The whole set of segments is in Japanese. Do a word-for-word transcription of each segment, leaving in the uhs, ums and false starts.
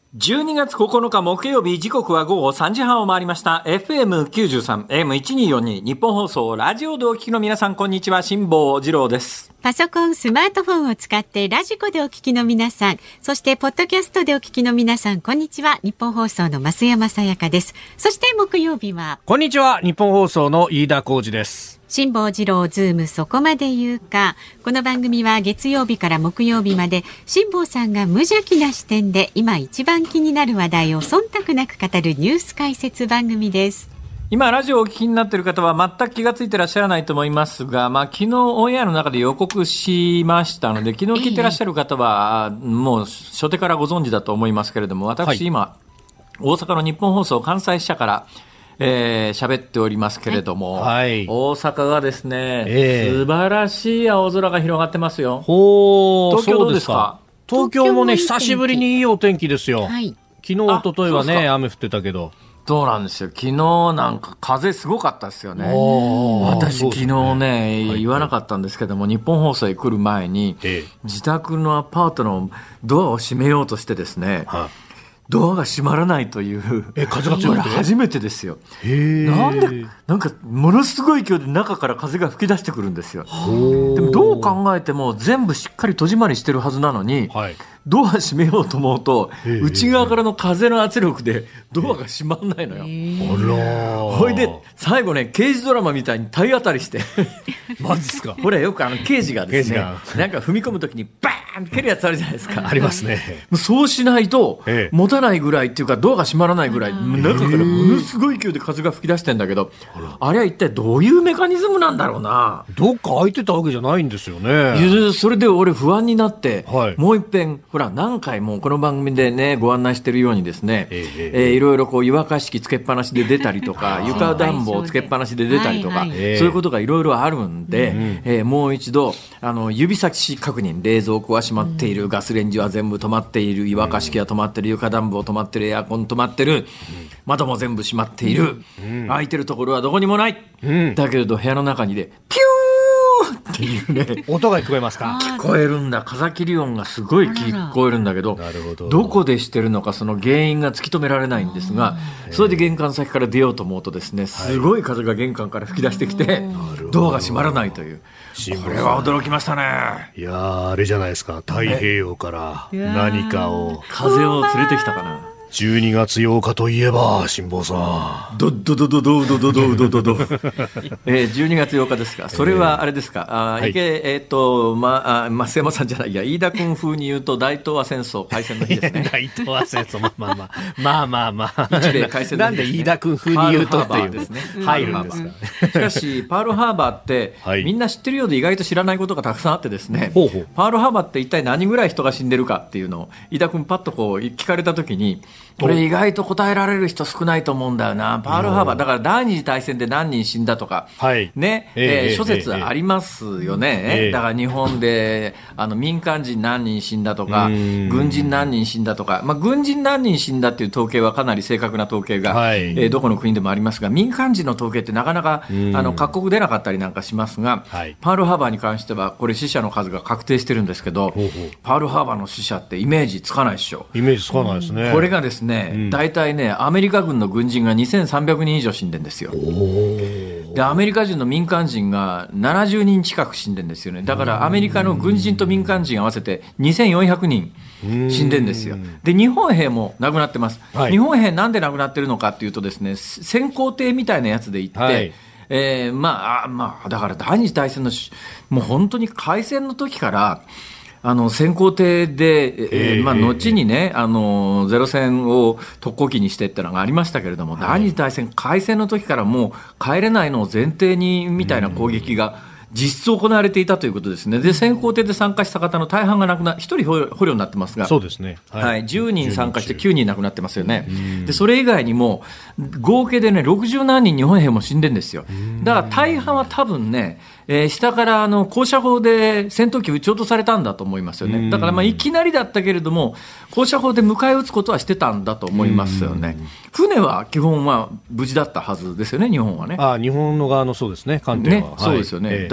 じゅうにがつここのか木曜日、時刻は午後さんじはんを回りました。エフエムきゅうじゅうさん、エーエムせんにひゃくよんじゅうに、日本放送、ラジオでお聞きの皆さん、こんにちは、辛坊治郎です。 パソコン、スマートフォンを使ってラジコでお聞きの皆さん、そしてポッドキャストでお聞きの皆さん、こんにちは。日本放送の増山さやかです。そして木曜日は、 こんにちは。日本放送の飯田浩司です。 辛坊治郎ズームそこまで言うか。この番組は月曜日から木曜日まで辛坊さんが無邪気な視点で今一番気になる話題を忖度なく語るニュース解説番組です。 今ラジオをお聞きになっている方は全く気がついてらっしゃらないと思いますが、まあ、昨日オンエアの中で予告しましたので、昨日聞いてらっしゃる方はもう初手からご存知だと思いますけれども、私今、はい、大阪の日本放送関西支社からえー、喋っておりますけれども、はい、大阪がですね、えー、素晴らしい青空が広がってますよ。 ほ東京どうですか？ 東京もね、久しぶりにいいお天気ですよ。はい、昨日一昨日はね、雨降ってたけど。 そうなんですよ。昨日なんか風すごかったですよね。私昨日ね、ね、言わなかったんですけども、日本放送へ来る前に、ええ、自宅のアパートのドアを閉めようとしてですね、はあ、ドアが閉まらないという、 え、風が強いって初めてですよ。へなんで、なんかものすごい勢いで中から風が吹き出してくるんですよ。でもどう考えても全部しっかり戸締まりしてるはずなのに、はい、ドア閉めようと思うと内側からの風の圧力でドアが閉まんないのよ。あら。ほいで最後ね、刑事ドラマみたいに体当たりしてマジですか？ ほらよくあの刑事がですね、なんか踏み込むときにバーンって蹴るやつあるじゃないですか。 ありますね。 もうそうしないと持たないぐらいっていうか、ドアが閉まらないぐらい中からものすごい勢いで風が吹き出してんだけど、あれは一体どういうメカニズムなんだろうな。 どっか開いてたわけじゃないんですよね。 それで俺不安になって、はい、もう一遍ほら何回もこの番組でねご案内してるようにですね、えーえー、いろいろこう湯沸かし器つけっぱなしで出たりとか床暖房つけっぱなしで出たりとか、はいはい、そういうことがいろいろあるんで、うんうん、えー、もう一度あの指先確認、冷蔵庫は閉まっている、うん、ガスレンジは全部止まっている、湯沸かし器は止まっている、床暖房止まっている、エアコン止まっている、うん、窓も全部閉まっている、うん、空いてるところはどこにもない、うん、だけれど部屋の中にでピューっていうね音が聞こえますか？ 聞こえるんだ。風切り音がすごい聞こえるんだけど、なるほど、どこでしてるのかその原因が突き止められないんですが、それで玄関先から出ようと思うとですね、すごい風が玄関から吹き出してきて、ドアが閉まらないという、これは驚きましたね。 いやあれじゃないですか、太平洋から何かを風を連れてきたかな。 じゅうにがつようかといえば辛坊さん、 ドドドドドドドドドドドえー、じゅうにがつようかですか。それはあれですか、えー、あ、はい、池、えーとま、あ増山さんじゃないや、飯田君風に言うと大東亜戦争開戦の日ですね。 大東亜戦争、まあまあまあまあまあまあ日米開戦の日ですね。 なんで飯田君風に言うとっていうですね、入るんですか。 しかしパールハーバーって、はい、みんな知ってるようで意外と知らないことがたくさんあってですね、ほうほう、パールハーバーって一体何ぐらい人が死んでるかっていうのを飯田君パッとこう聞かれたときに、これ意外と答えられる人少ないと思うんだよな。パールハーバーだから第二次大戦で何人死んだとか、はいねえーえー、諸説ありますよね、えー、だから日本であの民間人何人死んだとか軍人何人死んだとか、まあ、軍人何人死んだっていう統計はかなり正確な統計が、はい、えー、どこの国でもありますが、民間人の統計ってなかなかあの各国出なかったりなんかしますが、はい、パールハーバーに関してはこれ死者の数が確定してるんですけど、ほうほう、パールハーバーの死者ってイメージつかないでしょ。 イメージつかないですね。 これがですね、うん、大体ねアメリカ軍の軍人がにせんさんびゃくにん以上死んでるんですよ。でアメリカ人の民間人がななじゅうにん近く死んでるんですよね。だからアメリカの軍人と民間人合わせてにせんよんひゃくにん死んでるんですよ。で日本兵も亡くなってます、はい、日本兵なんで亡くなってるのかっていうとですね、先行艇みたいなやつで行って、はい、えー、まあまあだから第二次大戦のもう本当に開戦の時からあの先行艇で、えーまあ、後にね、あのゼロ戦を特攻機にしてってのがありましたけれども、はい、第二次大戦開戦の時からもう帰れないのを前提にみたいな攻撃が実質行われていたということですね。で先行艇で参加した方の大半が亡くな、ひとり捕虜になってますが、 そうですね、 はいはい、じゅうにん参加してきゅうにん亡くなってますよね。でそれ以外にも合計でねろくじゅうなんにん日本兵も死んでるんですよ。だから大半は多分ね、えー、下からあの高射砲で戦闘機撃ち落とされたんだと思いますよね。だからまあいきなりだったけれども高射砲で迎え撃つことはしてたんだと思いますよね。船は基本は無事だったはずですよね、日本はね。 あ、日本の側のそうですね、艦艇は、 ね、そうですよね、ええ、だ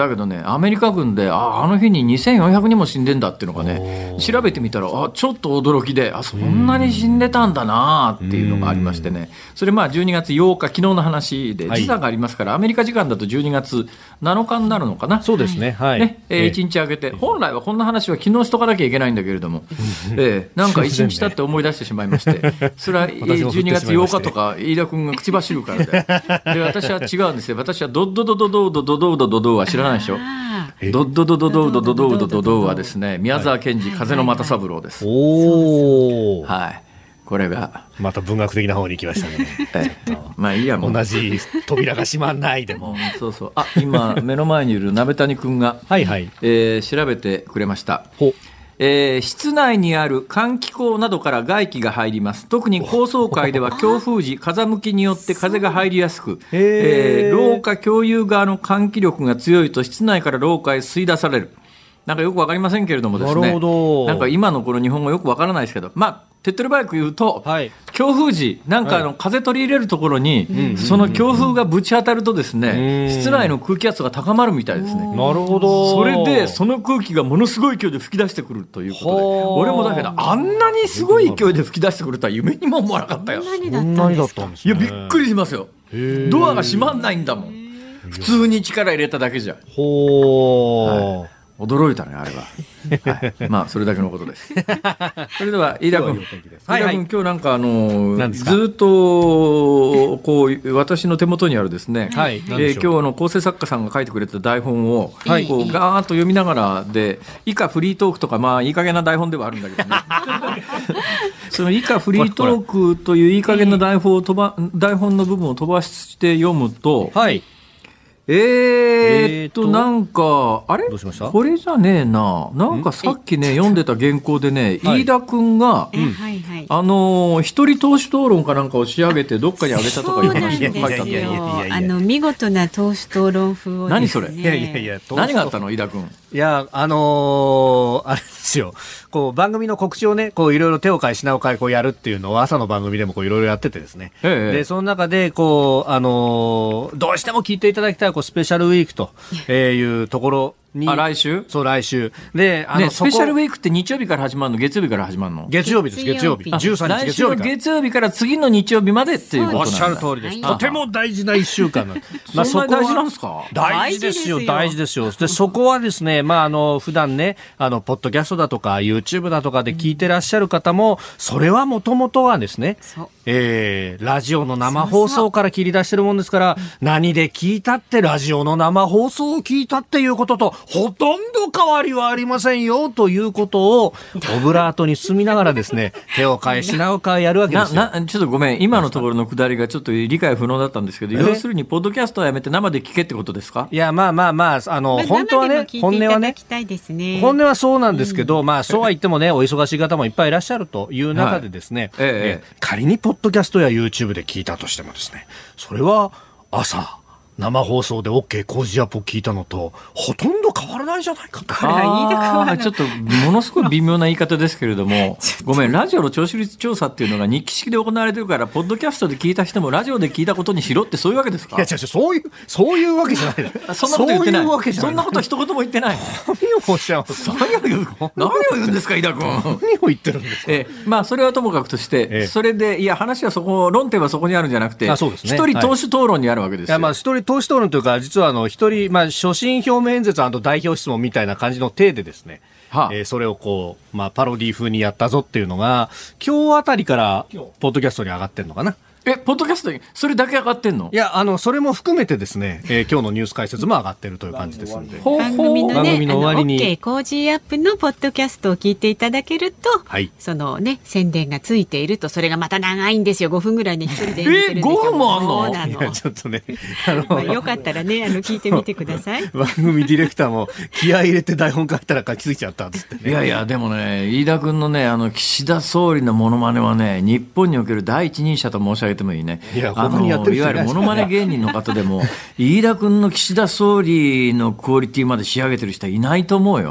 だけどね、アメリカ軍で、あ、あの日ににせんよんひゃくにんも死んでんだっていうのがね、調べてみたら、あ、ちょっと驚きで、あ、そんなに死んでたんだなっていうのがありましてね、それまあじゅうにがつようか、昨日の話で、時差がありますから、アメリカ時間だとじゅうにがつなのかになるのかな。 そうですね。はい。 ね、えー、いちにち空けて、本来はこんな話は昨日しとかなきゃいけないんだけれども、えー、なんかいちにち経って思い出してしまいまして、それはじゅうにがつようかとか、飯田君が口走るからで、で私は違うんですよ。私はドッドドドドドドドドドドは知らないでしょ。ドッドドドドドドドドドドはですね、宮沢賢治、風の又三郎です。 おー。 はい。これが。 また文学的な方に行きましたね。 ええ、まあいいやもう。 同じ扉が閉まんないでも。 そうそう。あ、今、目の前にいる鍋谷君が、 はいはい。 えー、調べてくれました。ほえー、室内にある換気口などから外気が入ります。特に高層階では強風時、風向きによって風が入りやすく、えー、廊下共有側の換気力が強いと室内から廊下へ吸い出される。なんかよくわかりませんけれどもですね。なるほど。なんか今のこの日本語よくわからないですけど、まあ手っ取り早く言うと、はい、強風時なんかあの風取り入れるところに、はい、その強風がぶち当たるとですね、室内の空気圧が高まるみたいですね。 なるほど。 それでその空気がものすごい勢いで吹き出してくるということで、俺もだけどあんなにすごい勢いで吹き出してくるとは夢にも思わなかったよ。 そんなにだったんですか。 いやびっくりしますよ。ドアが閉まんないんだもん。普通に力入れただけじゃ。ほー。はい、驚いたねあれは、はい、まあそれだけのことです。それでは飯田君、飯田君、今日なんかあのずっとこう私の手元にあるですね、はい、えー、今日の構成作家さんが書いてくれた台本を、はい、こうガーッと読みながらで、以下フリートークとか、まあいい加減な台本ではあるんだけどねその以下フリートークといういい加減な台本を飛ば台本の部分を飛ばして読むと、はい、えーっと、なんか、あれどうしました？これじゃねえな。なんかさっきね、読んでた原稿でね、飯田くんが、うん、あのー、一人党首討論かなんかを仕上げて、どっかにあげたとかいう話が書いてあったの。 あの、見事な党首討論風を、ね。 何それ？ いやいやいや、 何があったの飯田くん。 いや、あのー、あれですよ。こう、番組の告知をね、こう、いろいろ手を変え品を変え、こうやるっていうのを朝の番組でもこう、いろいろやっててですね。ええ、で、その中で、こう、あのー、どうしても聞いていただきたい、こう、スペシャルウィークというところに。 あ、来週？ そう、来週。で、あの、 ね、スペシャルウィークって日曜日から始まるの？月曜日から始まるの？ 月曜日です、月曜日。じゅうさんにち月曜日から。 来週の月曜日から次の日曜日までっていうことなんだ。 おっしゃる通りです。とても大事ないっしゅうかんなんです。 まあ、そんな大事なんですか？ 大事ですよ、大事ですよ。で、そこはですね、まあ、あの、普段ね、あの、ポッドキャストだとか、YouTube だとかで聞いてらっしゃる方も、それはもともとはですね、えー、ラジオの生放送から切り出してるもんですから、何で聞いたってラジオの生放送を聞いたっていうことと、ほとんど変わりはありませんよ、ということを、オブラートに進みながらですね、手を変え、品を変えやるわけですよ。 ななちょっとごめん、今のところのくだりがちょっと理解不能だったんですけど、要するに、ポッドキャストをやめて生で聞けってことですか？ いや、まあまあまあ、あの、本当はね、本音はね、本音はそうなんですけど、うん、まあ、そうは言ってもね、お忙しい方もいっぱいいらっしゃるという中でですね、はい、ええ、仮にポッドキャストや YouTube で聞いたとしてもですね、それは朝、生放送で OK 工事アップを聞いたのとほとんど変わらないじゃないかと。 あちょっとものすごい微妙な言い方ですけれどもごめん、ラジオの聴取率調査っていうのが日記式で行われてるから、ポッドキャストで聞いた人もラジオで聞いたことにしろってそういうわけですか？ いや違う違う、そういうそういうわけじゃないそんなこと言ってない。そういうそんなこと一言も言ってない。 何をおっしゃいます？ 何を言う何を言うんですか、井田君。 何を言ってるんですか？ えまあそれはともかくとして、ええ、それでいや話はそこ、論点はそこにあるんじゃなくて、一、ね、人党首討論にあるわけですよ。 いやまあ一人党首討論というか、実はあの一人、まあ、所信表明演説&代表質問みたいな感じの体でですね、はあ、えー、それをこう、まあ、パロディ風にやったぞっていうのが今日あたりからポッドキャストに上がってるのかな。 え、ポッドキャストにそれだけ上がってんの？ いや、あのそれも含めてですね、えー、今日のニュース解説も上がってるという感じですので、 番組のね、番組の終わりに OK 工事アップのポッドキャストを聞いていただけると、はい、そのね宣伝がついていると、それがまた長いんですよ。ごふんぐらいね、一人で見てるんですよ。 え、ごふんもあんの？ そうなの。 いやちょっとね、 あの、まあ、よかったらね、あの聞いてみてください。 番組ディレクターも気合い入れて台本書いたら書きついちゃったっつってね。 いやいや、でもね、飯田君のね、あの岸田総理のモノマネはね、日本における第一人者と申し上げてもいいね。 いやあのいわゆるモノマネ芸人の方でも飯田君の岸田総理のクオリティまで仕上げてる人はいないと思うよ。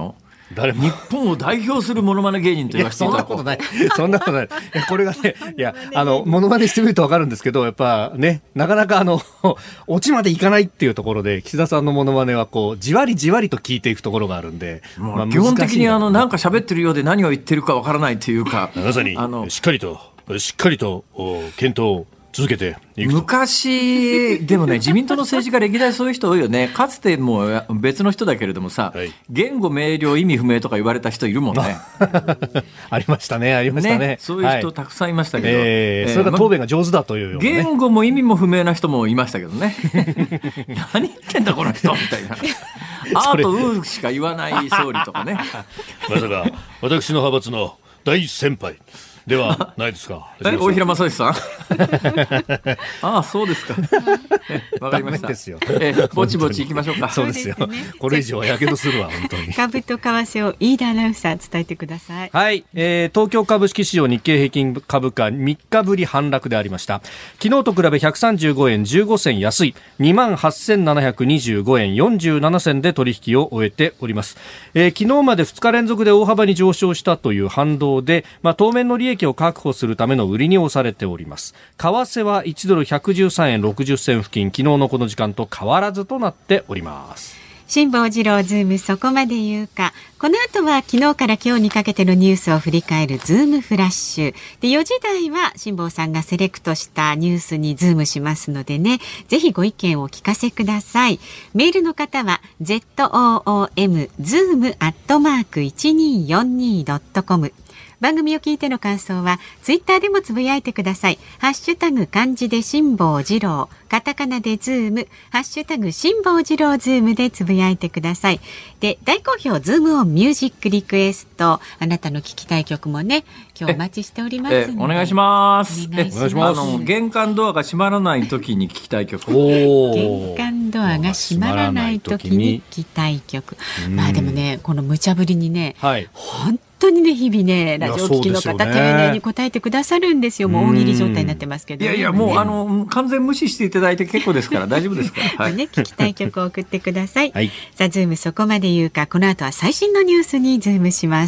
誰も日本を代表するモノマネ芸人と言わせていただこう。 そんなことない。そんなことない。いやこれがね、いや、あの、モノマネしてみるとわかるんですけど、やっぱね、なかなかあの、オチまでいかないっていうところで、岸田さんのモノマネはこう、じわりじわりと聞いていくところがあるんで、 まあ、基本的にあの、なんか喋ってるようで何を言ってるかわからないというか、 まさに、 あのしっかりと、しっかりと、検討を続けていくと。 昔、でもね、自民党の政治家歴代そういう人多いよね。かつてもう別の人だけれどもさ、はい、言語明瞭意味不明とか言われた人いるもんね。 ありましたね、ありましたね。ね、 そういう人たくさんいましたけど。 はい、えー、それが答弁が上手だというような、ね、 言語も意味も不明な人もいましたけどね。何言ってんだこの人みたいな。アーとウーしか言わない総理とかね。 まさか私の派閥の大先輩ではないですか。 え、大平正義さん。ああ、そうですか。わかりました。ですよ。え、ぼちぼち行きましょうか。 そうですよ。これ以上はやけどするわ、本当に。 株と為替を飯田アナウンサー伝えてください。 はい、えー、東京株式市場日経平均株価みっかぶり反落でありました。昨日と比べひゃくさんじゅうごえんじゅうごせん安い にまんはっせんななひゃくにじゅうごえんよんじゅうななせんで取引を終えております。えー、昨日までふつか連続で大幅に上昇したという反動で、まあ、当面の利益を確保するための売りに押されております。為替はいちドルひゃくじゅうさんえんろくじゅっせん付近、昨日のこの時間と変わらずとなっております。 辛坊治郎ズームそこまで言うか。この後は昨日から今日にかけてのニュースを振り返るズームフラッシュで、よじ台は辛坊さんがセレクトしたニュースにズームしますのでね、ぜひご意見をお聞かせください。メールの方は ズーム ズーム アットマーク いちにーよんにー ドットコム、番組を聞いての感想はツイッターでもつぶやいてください。ハッシュタグ漢字で辛坊治郎、カタカナでズーム、ハッシュタグ辛坊治郎ズームでつぶやいてください。で、大好評ズームオンミュージックリクエスト、あなたの聞きたい曲もね、今日お待ちしております。 お願いします。 お願いします。 あの玄関ドアが閉まらない時に聞きたい曲。 玄関ドアが閉まらない時に聞きたい曲。まあでもね、この無茶ぶりにね、はい、本当にね、日々ね、ラジオ聞きの方、ね、丁寧に答えてくださるんですよ。もう大喜利状態になってますけど、ね、 いやいや、もう、ね、あの完全無視していただいて結構ですから大丈夫ですから、はい、 ね、聞きたい曲を送ってください、 はい、 さあズームそこまで言うか。この後は最新のニュースにズームします。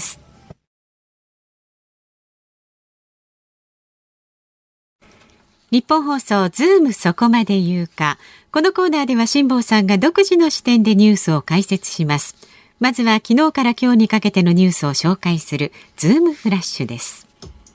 日本放送ズームそこまで言うか。このコーナーでは辛坊さんが独自の視点でニュースを解説します。まずは昨日から今日にかけてのニュースを紹介するズームフラッシュです。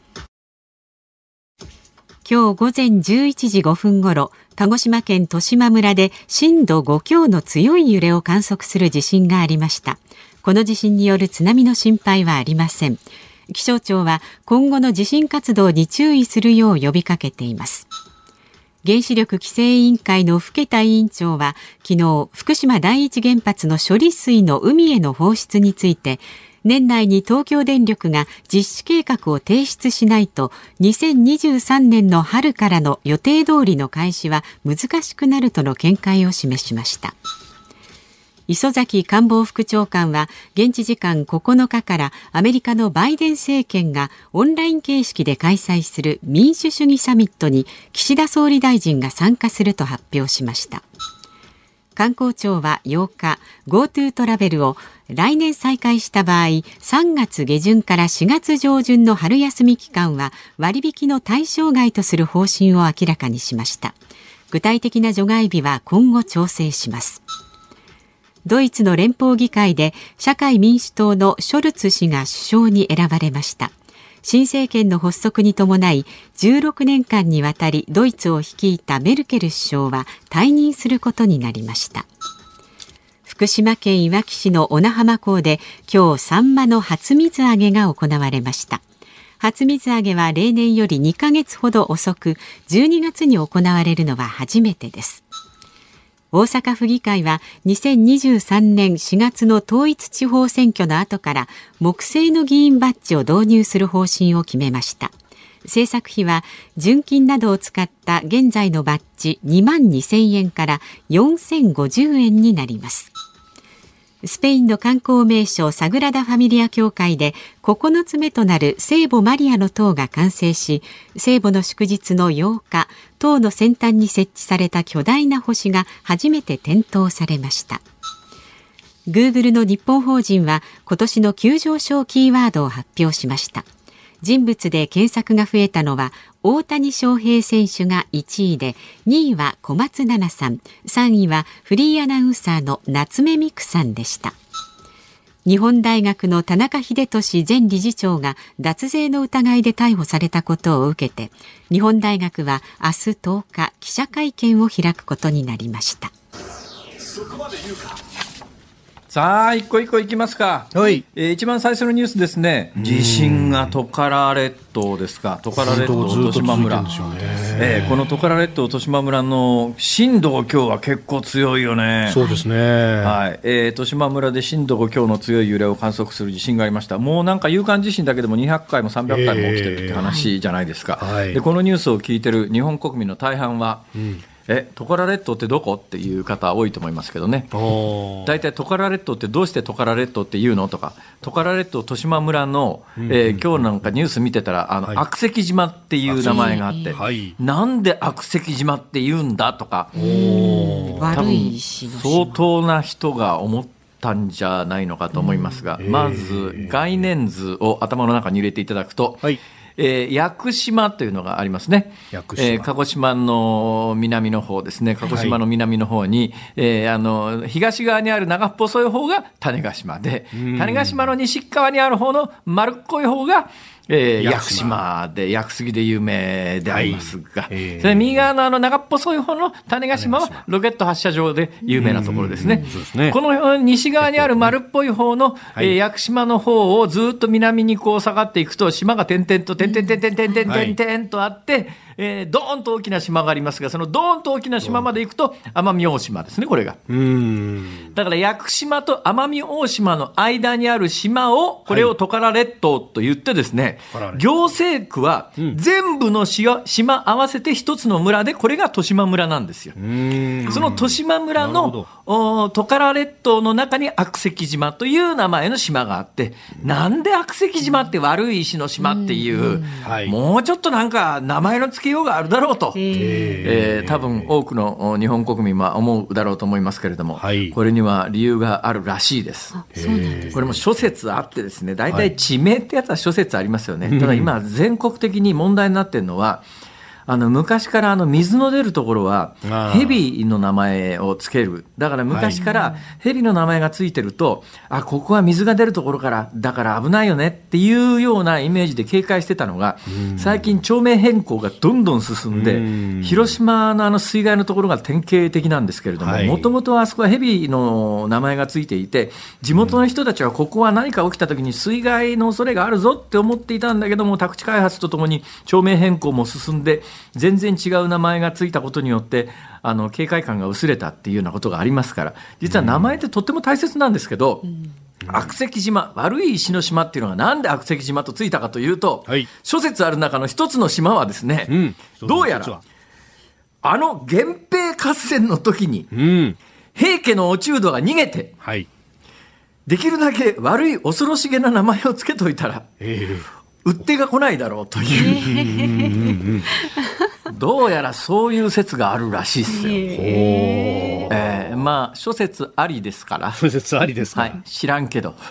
今日午前じゅういちじごふんごろ、鹿児島県十島村で震度ご強の強い揺れを観測する地震がありました。この地震による津波の心配はありません。気象庁は今後の地震活動に注意するよう呼びかけています。原子力規制委員会の更田委員長は昨日、福島第一原発の処理水の海への放出について、年内に東京電力が実施計画を提出しないとにせんにじゅうさんねんの春からの予定通りの開始は難しくなるとの見解を示しました。磯崎官房副長官は現地時間ここのかからアメリカのバイデン政権がオンライン形式で開催する民主主義サミットに岸田総理大臣が参加すると発表しました。観光庁はようか GoTo トラベルを来年再開した場合、さんがつげじゅんからしがつじょうじゅんの春休み期間は割引の対象外とする方針を明らかにしました。具体的な除外日は今後調整します。ドイツの連邦議会で社会民主党のショルツ氏が首相に選ばれました。新政権の発足に伴いじゅうろくねんかんにわたりドイツを率いたメルケル首相は退任することになりました。福島県いわき市の小名浜港で今日サンマの初水揚げが行われました。初水揚げは例年よりにかげつほど遅く、じゅうにがつに行われるのは初めてです。大阪府議会はにせんにじゅうさんねんしがつの統一地方選挙の後から木製の議員バッジを導入する方針を決めました。制作費は純金などを使った現在のバッジにまんにせんえんからよんせんごじゅうえんになります。スペインの観光名所サグラダ・ファミリア教会でここのつめとなる聖母マリアの塔が完成し、聖母の祝日のようか、塔の先端に設置された巨大な星が初めて点灯されました。 Google の日本法人は今年の急上昇キーワードを発表しました。人物で検索が増えたのは大谷翔平選手がいちいで、にいは小松菜奈さん、さんいはフリーアナウンサーの夏目美久さんでした。日本大学の田中英寿前理事長が脱税の疑いで逮捕されたことを受けて、日本大学は明日とおか記者会見を開くことになりました。 そこまで言うか。さあ一個一個いきますか、 はいえー、一番最初のニュースですね。地震がトカラ列島ですか。トカラ列島十島村、えー、このトカラ列島十島村の震度ご強は結構強いよね。 そうですね、 はいえー、十島村で震度ご強の強い揺れを観測する地震がありました。もうなんか有感地震だけでもにひゃっかいもさんびゃっかいも起きてるって話じゃないですか、えーはい、でこのニュースを聞いてる日本国民の大半は、うんえトカラ列島ってどこっていう方多いと思いますけどね。大体トカラ列島ってどうしてトカラ列島って言うのとか、トカラ列島十島村の、うんうんえー、今日なんかニュース見てたらあの、はい、悪石島っていう名前があって、はい、なんで悪石島って言うんだとか、多分相当な人が思ったんじゃないのかと思いますが、まず概念図を頭の中に入れていただくと、はいえー、屋久島というのがありますね。屋久島、えー、鹿児島の南の方ですね。鹿児島の南の方に、はいえー、あの東側にある長っ細い方が種子島で、種子島の西側にある方の丸っこい方がえー、屋久島で屋久杉で有名でありますが、はいえー、それ右側のあの長っ細い方の種子島はロケット発射場で有名なところですね。ですねこの西側にある丸っぽい方の、はいえー、屋久島の方をずっと南にこう下がっていくと島が点々と点々点々点々点々点々とあって、はいえー、ドーンと大きな島がありますが、そのドーンと大きな島まで行くと奄美大島ですね。これがうーんだから屋久島と奄美大島の間にある島をこれをトカラ列島と言ってですね、はい、行政区は全部の島合わせて一つの村でこれが十島村なんですよ。うーんその十島村のトカラ列島の中に悪石島という名前の島があって、なんで悪石島って悪い石の島っていう、うはい、もうちょっとなんか名前の付けようがあるだろうと、えー、多分多くの日本国民は思うだろうと思いますけれども、はい、これには理由があるらしいです。そうなんです。これも諸説あってですね、大体地名ってやつは諸説ありますよね、はい、ただ今全国的に問題になっているのは、あの昔からあの水の出るところは蛇の名前をつける。だから昔から蛇の名前がついてると、あ、ここは水が出るところからだから危ないよねっていうようなイメージで警戒してたのが、最近町名変更がどんどん進んで、広島のあの水害のところが典型的なんですけれども、もともとあそこは蛇の名前がついていて、地元の人たちはここは何か起きた時に水害の恐れがあるぞって思っていたんだけども、宅地開発とともに町名変更も進んで全然違う名前がついたことによってあの警戒感が薄れたっていうようなことがありますから、実は名前ってとっても大切なんですけど、うん、悪石島、悪い石の島っていうのがなんで悪石島とついたかというと、はい、諸説ある中の一つの島はですね、うん、どうやらあの源平合戦の時に、うん、平家の落人が逃げて、はい、できるだけ悪い恐ろしげな名前をつけといたら、えー売ってが来ないだろうというどうやらそういう説があるらしいですよ。えー、まあ諸説ありですから諸説ありですか、 はい、知らんけど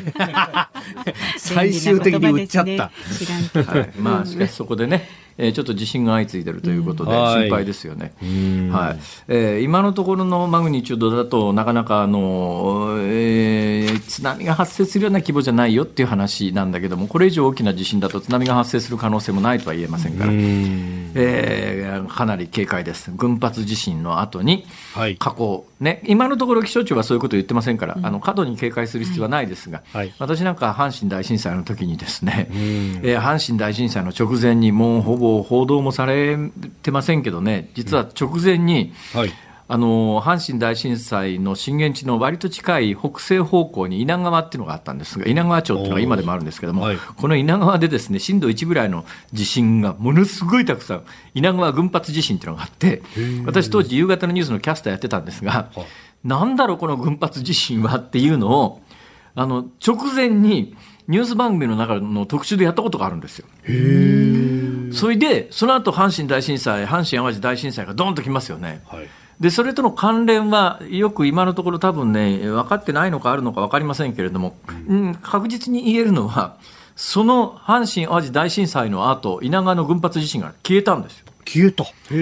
最終的に売っちゃった、 知らんけど、 はい、まあしかしそこでね、えー、ちょっと地震が相次いでるということで心配ですよね、はいはいえー、今のところのマグニチュードだとなかなかあの、えー、津波が発生するような規模じゃないよっていう話なんだけども、これ以上大きな地震だと津波が発生する可能性もないとは言えませんから、えー、かなり警戒です。群発地震の後に過去、ね、今のところ気象庁はそういうことを言ってませんから、うん、あの過度に警戒する必要はないですが、はい、私なんか阪神大震災の時にですね、えー、阪神大震災の直前にもうほぼ報道もされてませんけどね、実は直前に、うんはい、あの阪神大震災の震源地の割と近い北西方向に稲川っていうのがあったんですが、稲川町っていうのが今でもあるんですけども、はい、この稲川でですね震度いちぐらいの地震がものすごいたくさん、稲川群発地震っていうのがあって、私当時夕方のニュースのキャスターやってたんですが、なんだろうこの群発地震はっていうのをあの直前にニュース番組の中の特集でやったことがあるんですよ。へー。それでその後阪神大震災、阪神淡路大震災がドーンときますよね、はい、 でそれとの関連はよく今のところ多分ね分かってないのかあるのか分かりませんけれども、うん、確実に言えるのはその阪神・淡路大震災の後稲川の群発地震が消えたんですよ。 消えた。 うん、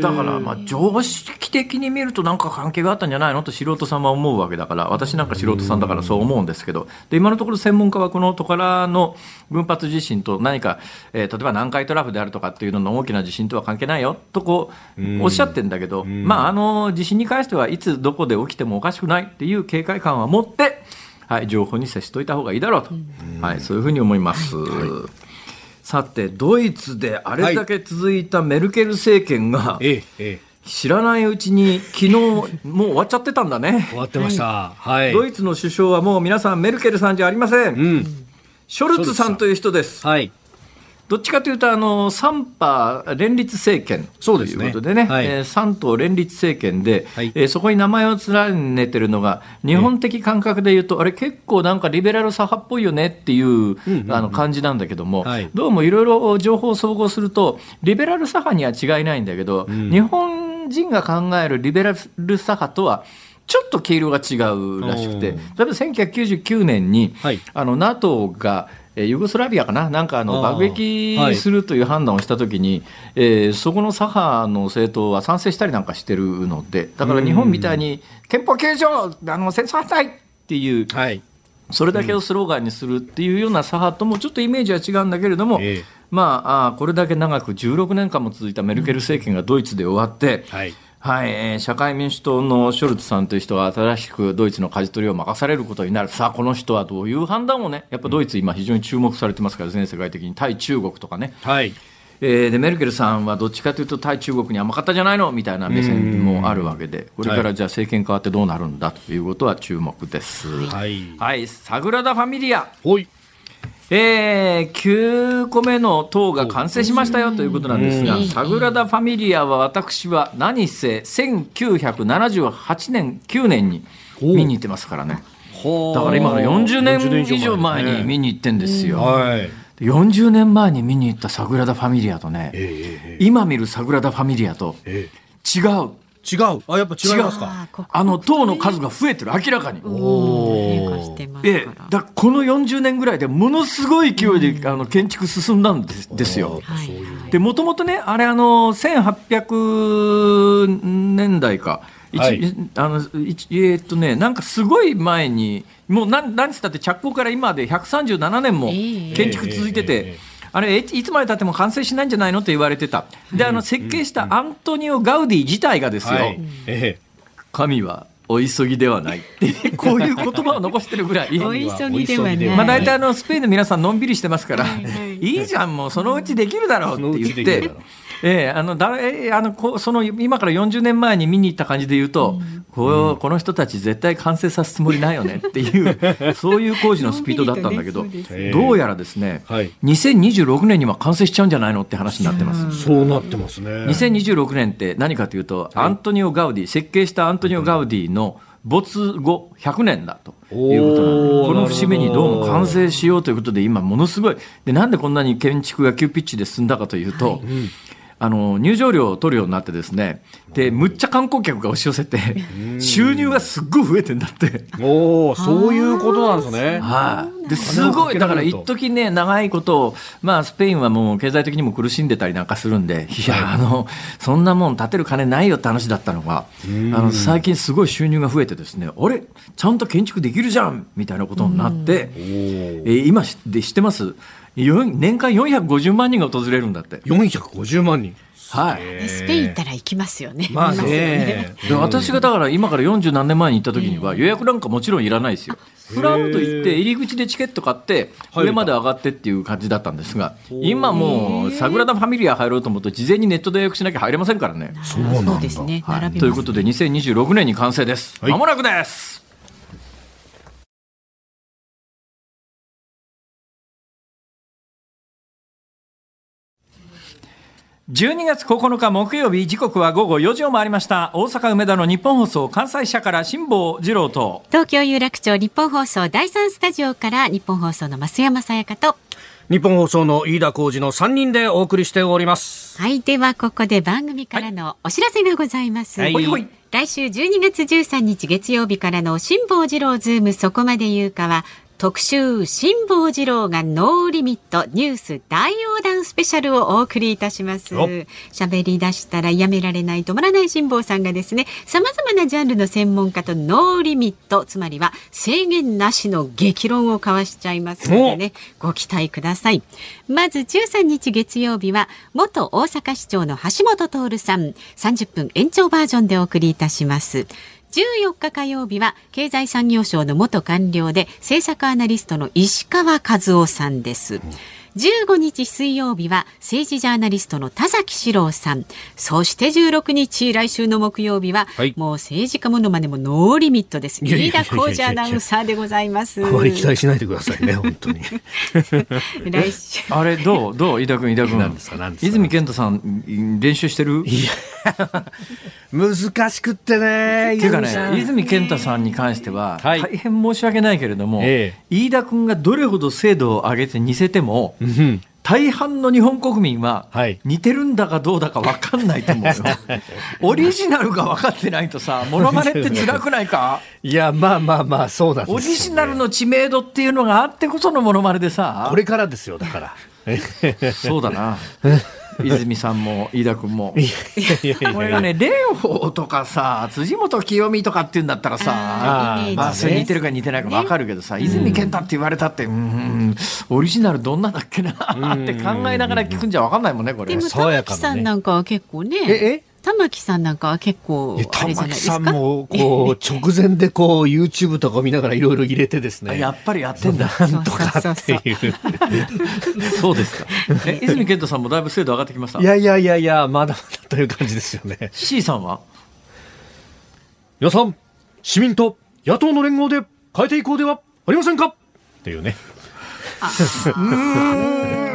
だからまあ常識的に見るとなんか関係があったんじゃないのと素人さんは思うわけだから、私なんか素人さんだからそう思うんですけど、で今のところ専門家はこのトカラの群発地震と何か、えー、例えば南海トラフであるとかっていうのの大きな地震とは関係ないよとこうおっしゃってるんだけど、まあ、あの地震に関してはいつどこで起きてもおかしくないっていう警戒感は持って、はい、情報に接しといた方がいいだろうと、はい、そういうふうに思います。はいはい、さてドイツであれだけ続いたメルケル政権が、はいええ、知らないうちに昨日もう終わっちゃってたんだね。 終わってました、はい、 ドイツの首相はもう皆さんメルケルさんじゃありません、うん、ショルツさんという人です。はい、どっちかというとあの三派連立政権ということでね、はいえー、三党連立政権で、はいえー、そこに名前を連ねてるのが日本的感覚でいうと、えー、あれ結構なんかリベラル左派っぽいよねっていう、うんうんうん、あの感じなんだけども、はい、どうもいろいろ情報を総合するとリベラル左派には違いないんだけど、うん、日本人が考えるリベラル左派とはちょっと毛色が違うらしくて、例えばせんきゅうひゃくきゅうじゅうきゅうねんに、はい、あの NATO がユーゴスラビアかな、なんかあの爆撃するという判断をしたときに、はいえー、そこの左派の政党は賛成したりなんかしてるので、だから日本みたいに憲法きゅう条あの戦争反対っていう、はい、それだけをスローガンにするっていうような左派ともちょっとイメージは違うんだけれども、えーまあ、あこれだけ長くじゅうろくねんかんも続いたメルケル政権がドイツで終わって、うんはいはいえー、社会民主党のショルツさんという人が新しくドイツの舵取りを任されることになる。さあこの人はどういう判断をね、やっぱドイツ今非常に注目されてますから、全世界的に対中国とかね、はいえー、でメルケルさんはどっちかというと対中国に甘かったじゃないのみたいな目線もあるわけで、これからじゃあ政権変わってどうなるんだということは注目です。はい、はい、サグラダ・ファミリア、はいえー、きゅうこめの塔が完成しましたよということなんですが、サグラダ・ファミリアは私は何せせんきゅうひゃくななじゅうはちねんきゅうねんに見に行ってますからね。だから今のよんじゅうねん以上前に見に行ってんですよ、はい、よんじゅうねんまえに見に行ったサグラダ・ファミリアとね、えー、今見るサグラダ・ファミリアと違う違うあやっぱ違いますか。 あの塔の数が増えてる、明らかに。おえだこのよんじゅうねんぐらいでものすごい勢いで、うん、あの建築進んだんです、ですよ。でもともとねあれあのせんはっぴゃくねんだいか、はい、あのえー、っとねなんかすごい前にもう何何つったって着工から今でひゃくさんじゅうななねんも建築続いてて、えーえーえーあれいつまでたっても完成しないんじゃないのって言われてた。であの設計したアントニオ・ガウディ自体がですよ、はいええ、神はお急ぎではないってこういう言葉を残してるぐらいお急ぎではない、 まあ、大体あのスペインの皆さんのんびりしてますからいいじゃんもうそのうちできるだろうって言ってえー、あのだえー、あのこその今からよんじゅうねんまえに見に行った感じで言うと、うん、こ, うこの人たち絶対完成さすつもりないよねっていうそういう工事のスピードだったんだけど、どうやらですね、はい、にせんにじゅうろくねんには完成しちゃうんじゃないのって話になってます。 そうなってますね。 にせんにじゅうろくねんって何かというと、はい、アントニオ・ガウディ設計したアントニオ・ガウディの没後ひゃくねんだということなんで、この節目にどうも完成しようということで今ものすごいで、なんでこんなに建築が急ピッチで進んだかというと、はいうんあの入場料を取るようになってですね、でむっちゃ観光客が押し寄せて収入がすっごい増えてんだって。 おそういうことなんですね。 はい、ですごいだから一時ね長いことを、まあ、スペインはもう経済的にも苦しんでたりなんかするんで、いやあのそんなもん建てる金ないよって話だったのが、あの最近すごい収入が増えてですね、あれちゃんと建築できるじゃんみたいなことになって、えー、今で知ってます？年間よんひゃくごじゅうまんにんが訪れるんだって。 よんひゃくごじゅうまんにん、 はい、スペイン行ったら行きますよね。 まあねで私がだから今からよんじゅうなんねんまえに行った時には予約なんかもちろんいらないですよ。フランと行って入り口でチケット買って上まで上がってっていう感じだったんですが、今もうサグラダ・ファミリア入ろうと思うと事前にネットで予約しなきゃ入れませんからね。 そうなんだ。そうですね、 はい、ということでにせんにじゅうろくねんに完成です。まもなくです。じゅうにがつここのか木曜日、時刻は午後よじを回りました。大阪梅田の日本放送関西社から辛坊治郎と、 東京有楽町日本放送だいさんスタジオから日本放送の増山さやかと、 日本放送の飯田浩司のさんにんでお送りしております。 はい、ではここで番組からのお知らせがございます。 はい、 ほいほい。来週じゅうにがつじゅうさんにち月曜日からの辛坊治郎ズームそこまで言うかは、特集辛坊治郎がノーリミットニュース大横断スペシャルをお送りいたします。喋り出したらやめられない止まらない辛坊さんがですね、様々なジャンルの専門家とノーリミット、つまりは制限なしの激論を交わしちゃいますのでね、ご期待ください。まずじゅうさんにち月曜日は元大阪市長の橋本徹さん、さんじゅっぷん延長バージョンでお送りいたします。じゅうよっか火曜日は経済産業省の元官僚で政策アナリストの石川和夫さんです。じゅうごにち水曜日は政治ジャーナリストの田崎史郎さん。そしてじゅうろくにち来週の木曜日は、はい、もう政治家ものまねもノーリミットです。飯田浩司アナウンサーでございます。 あまり期待しないでくださいね本当に来週あれどうどう飯田君飯田君何ですか何ですか。 泉健太さん練習してる？ いや難しくってね。 っていうかね、泉健太さんに関しては、はい、大変申し訳ないけれども、ええ、飯田君がどれほど精度を上げて似せても、うん、大半の日本国民は似てるんだかどうだか分かんないと思うよオリジナルが分かってないとさ、モノマネって辛くないかいやまあまあまあそうなんですよ、ね、 オリジナルの知名度っていうのがあってこそのモノマネでさ、 これからですよだからそうだな泉さんも飯田君もこれがね、蓮舫とかさ辻元清美とかっていうんだったらさ、あまあそれ似てるか似てないか分かるけどさ、ね、泉健太って言われたってうーんオリジナルどんなだっけなって考えながら聞くんじゃ分かんないもんねこれ。 でも玉木さんなんかは結構ね、ええ玉木さんなんかは結構あれじゃないですか。 玉木さんもこう直前でこう YouTube とかを見ながらいろいろ入れてですね、 やっぱりやってんだなんとかっていうそうですか。え泉健太さんもだいぶ精度上がってきました？ いやいやいやいやまだまだという感じですよね。 C さんは皆さん市民と野党の連合で変えていこうではありませんかっていうね。あうーん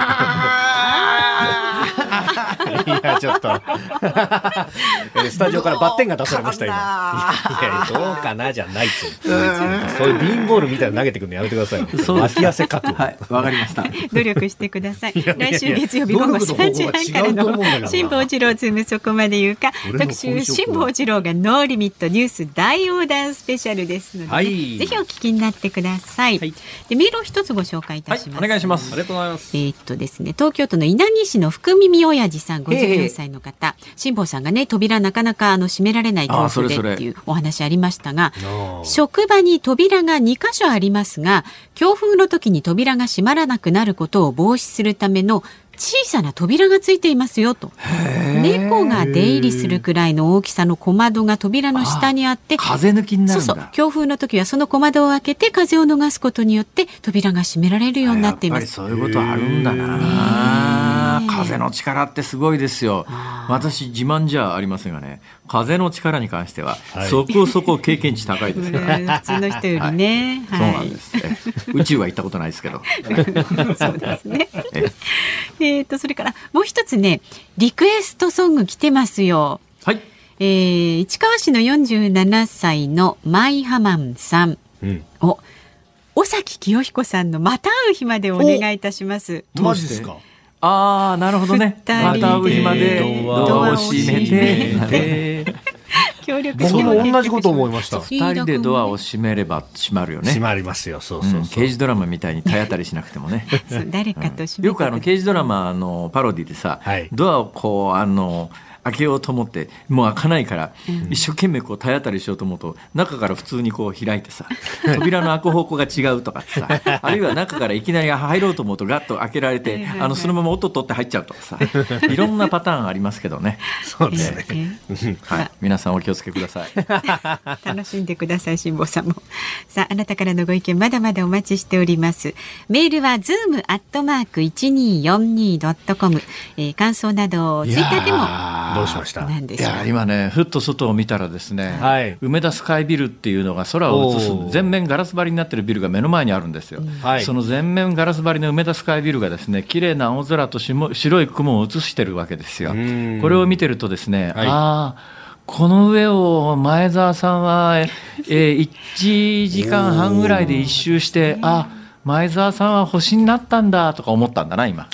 いやちょっとスタジオからバッテンが出されました今。いやいやどうかなじゃないっつうそういうビーンボールみたいなの投げてくるのやめてください。脇汗かく。 はいわかりました努力してください。来週月曜日午後さんじはんからの辛坊治郎ズームそこまで言うか特集辛坊治郎がノーリミットニュース大横断スペシャルですので、ねはい、ぜひお聞きになってください、はい、でメールを一つご紹介いたします、 はい、お願いします。 ありがとうございます。 えー、っとですね東京都の稲城市の福耳親父さんごじゅうよんさいの方、辛坊さんがね扉なかなかあの閉められない恐怖でっていうお話ありましたが、職場に扉がにかしょありますが強風の時に扉が閉まらなくなることを防止するための小さな扉がついていますよと。猫が出入りするくらいの大きさの小窓が扉の下にあって風抜きになるんだ。 そうそう強風の時はその小窓を開けて風を逃すことによって扉が閉められるようになっています。 やっぱりそういうことあるんだな。風の力ってすごいですよ。私自慢じゃありませんがね、風の力に関しては、はい、そこそこ経験値高いですから、 普通の人よりね、 はいはい、そうなんです、ね、宇宙は行ったことないですけどそうですねええー、とそれからもう一つねリクエストソング来てますよ。 はい、 えー、市川市のよんじゅうななさいのマイハマンさん、うん、お尾崎清彦さんのまた会う日までお願いいたします。 マジですか。 ああなるほどね。また会う日までドアを閉めて協力僕も同じこと思いました。 二人でドアを閉めれば閉まるよね。 閉まりますよ。そうそうそう、うん、 刑事ドラマみたいに体当たりしなくてもねそう誰かと閉めて、 うん、よくあの刑事ドラマのパロディでさ、はい、ドアをこうあの開けようと思ってもう開かないから、うん、一生懸命こう体当たりしようと思うと中から普通にこう開いてさ扉の開く方向が違うとかさあるいは中からいきなり入ろうと思うとガッと開けられてあのそのまま音取って入っちゃうとかさいろんなパターンありますけどね。 そうですね、 はい、皆さんお気をつけください楽しんでください辛坊さんも。さああなたからのご意見まだまだお待ちしております。メールは ズームアットマークいちにーよんにードットコム、えー、感想などツイッターでもどうしました。 いや今ねふっと外を見たらですね、はい、梅田スカイビルっていうのが空を映す全面ガラス張りになっているビルが目の前にあるんですよ、はい、その全面ガラス張りの梅田スカイビルがですね綺麗な青空と白い雲を映してるわけですよ。これを見てるとですね、はい、あこの上を前澤さんは、えー、いちじかんはんぐらいで一周してあ前澤さんは星になったんだとか思ったんだな今。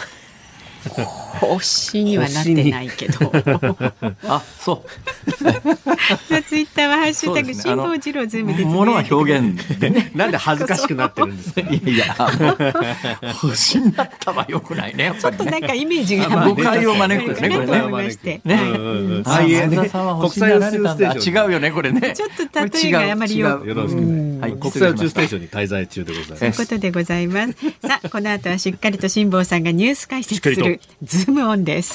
星にはなってないけどあ、そうツイッターはハッシュタグ辛坊治郎ズームでものは表現でねなんで恥ずかしくなってるんですかいやいや星になったはよくないねやっぱりね、 ちょっとなんかイメージが誤解を招くよねこれね思いましてね、 ああいうね国際宇宙ステーション違うよねこれねちょっと例えがあまりよくよろしくね、はい、国際宇宙ステーションに滞在中でございますということでございますさあこの後はしっかりと辛坊さんがニュース解説するズームオンです。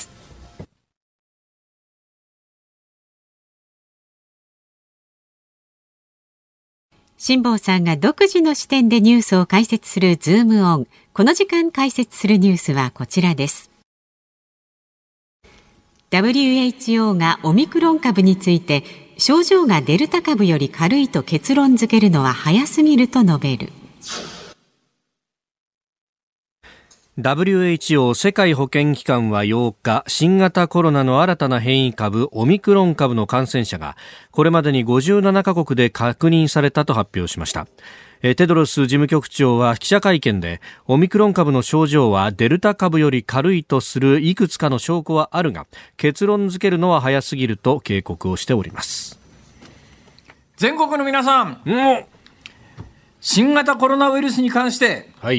辛坊さんが独自の視点でニュースを解説するズームオン。この時間解説するニュースはこちらです。ダブリューエイチオー がオミクロン株について症状がデルタ株より軽いと結論付けるのは早すぎると述べる。 ダブリューエイチオー 世界保健機関はようか、新型コロナの新たな変異株オミクロン株の感染者がこれまでにごじゅうななカ国で確認されたと発表しました。テドロス事務局長は記者会見で、オミクロン株の症状はデルタ株より軽いとするいくつかの証拠はあるが、結論付けるのは早すぎると警告をしております。 全国の皆さん、 うん、 新型コロナウイルスに関して、 はい、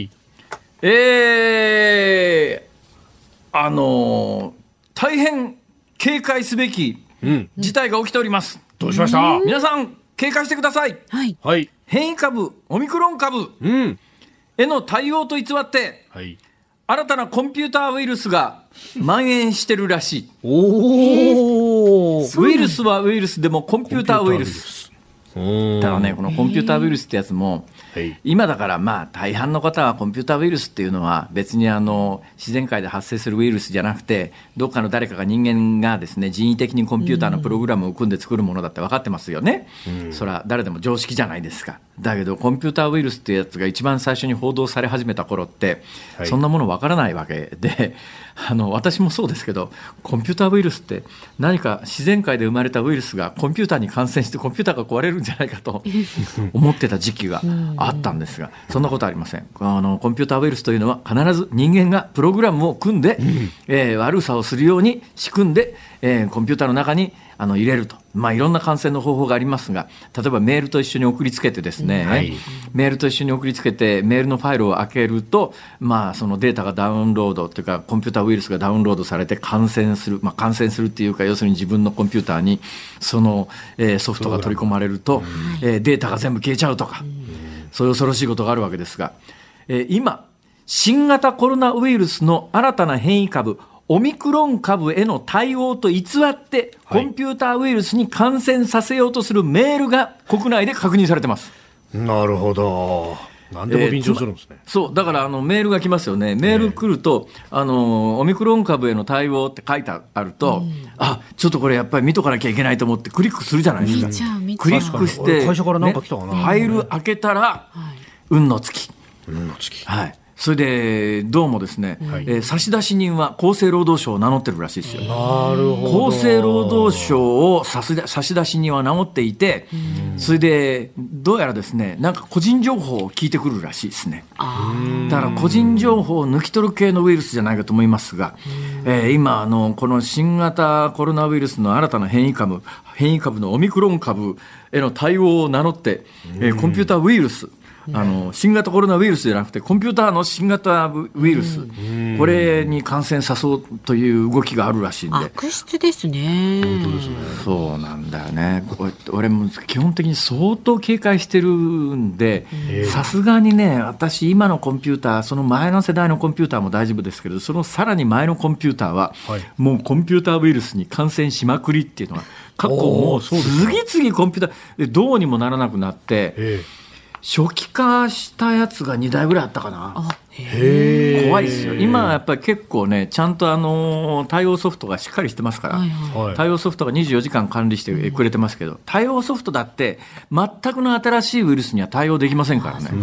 えー、あのー、大変警戒すべき事態が起きております。 どうしました？ 皆さん警戒してください。 はいはい、 変異株オミクロン株への対応と偽って、 はい、 新たなコンピューターウイルスが蔓延してるらしい。 おー、 ウイルスはウイルスでもコンピューターウイルス。ただね、このコンピューターウイルスってやつも、 はい、 今だからまあ大半の方はコンピューターウイルスっていうのは別にあの自然界で発生するウイルスじゃなくて、どっかの誰かが人間がですね人為的にコンピューターのプログラムを組んで作るものだって分かってますよね、うん、それは誰でも常識じゃないですか。だけどコンピューターウイルスっていうやつが一番最初に報道され始めた頃って、はい、そんなもの分からないわけで、あの私もそうですけど、コンピューターウイルスって何か自然界で生まれたウイルスがコンピューターに感染してコンピューターが壊れるんじゃないかと思ってた時期があったんですが、そんなことありません。あのコンピューターウイルスというのは必ず人間がプログラムを組んで、えー、悪さをするように仕組んで、えー、コンピューターの中にあの入れると、まあ、いろんな感染の方法がありますが、例えばメールと一緒に送りつけてですね、はい、メールと一緒に送りつけてメールのファイルを開けると、まあ、そのデータがダウンロードというかコンピューターウイルスがダウンロードされて感染する、まあ、感染するっていうか、要するに自分のコンピューターにその、えー、ソフトが取り込まれると、えー、データが全部消えちゃうとか、そういう恐ろしいことがあるわけですが、えー、今新型コロナウイルスの新たな変異株オミクロン株への対応と偽ってコンピューターウイルスに感染させようとするメールが国内で確認されてます。 なるほど。何でも便乗するんですね。 えー、そうだからあのメールが来ますよね。メール来ると、えー、あのオミクロン株への対応って書いてあると、うん、あちょっとこれやっぱり見とかなきゃいけないと思ってクリックするじゃないですか。 見ちゃう見ちゃう。 クリックして会社からなんか来たかな、 ね、ファイル開けたら、はい、運の月、 運の月、 はい、それでどうもですね、はい、えー、差出人は厚生労働省を名乗ってるらしいですよ。 なるほど。 厚生労働省を差出人は名乗っていて、それでどうやらですね、なんか個人情報を聞いてくるらしいですね。だから個人情報を抜き取る系のウイルスじゃないかと思いますが、えー、今あのこの新型コロナウイルスの新たな変異株変異株のオミクロン株への対応を名乗って、えー、コンピューターウイルス、あの新型コロナウイルスじゃなくてコンピューターの新型ウイルス、これに感染さそうという動きがあるらしいんで、 悪質ですね。 本当ですね。 そうなんだよね。俺も基本的に相当警戒してるんで、さすがにね、私今のコンピューター、その前の世代のコンピューターも大丈夫ですけど、そのさらに前のコンピューターは、はい、もうコンピューターウイルスに感染しまくりっていうのが過去もう次々コンピューターでどうにもならなくなって、えー初期化したやつがにだいぐらいあったかな。 あ、へー、 怖いですよ。今はやっぱり結構ね、ちゃんとあの対応ソフトがしっかりしてますから、はいはい、対応ソフトがにじゅうよじかん管理してくれてますけど、うん、対応ソフトだって全くの新しいウイルスには対応できませんからね。 うん、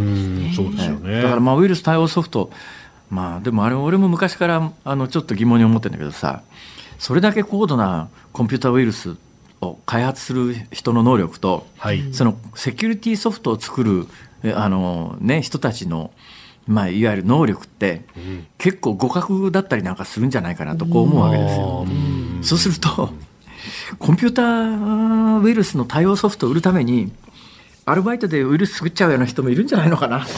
そうですよね。 だからまあウイルス対応ソフト、まあでもあれ俺も昔からあのちょっと疑問に思ってるんだけどさ、それだけ高度なコンピューターウイルスを開発する人の能力と、はい、そのセキュリティソフトを作るあの、ね、人たちのまあ、いわゆる能力って、うん、結構互角だったりなんかするんじゃないかなとこう思うわけですよ。うん、そうするとコンピューターウイルスの対応ソフトを売るためにアルバイトでウイルス作っちゃうような人もいるんじゃないのかな、ね、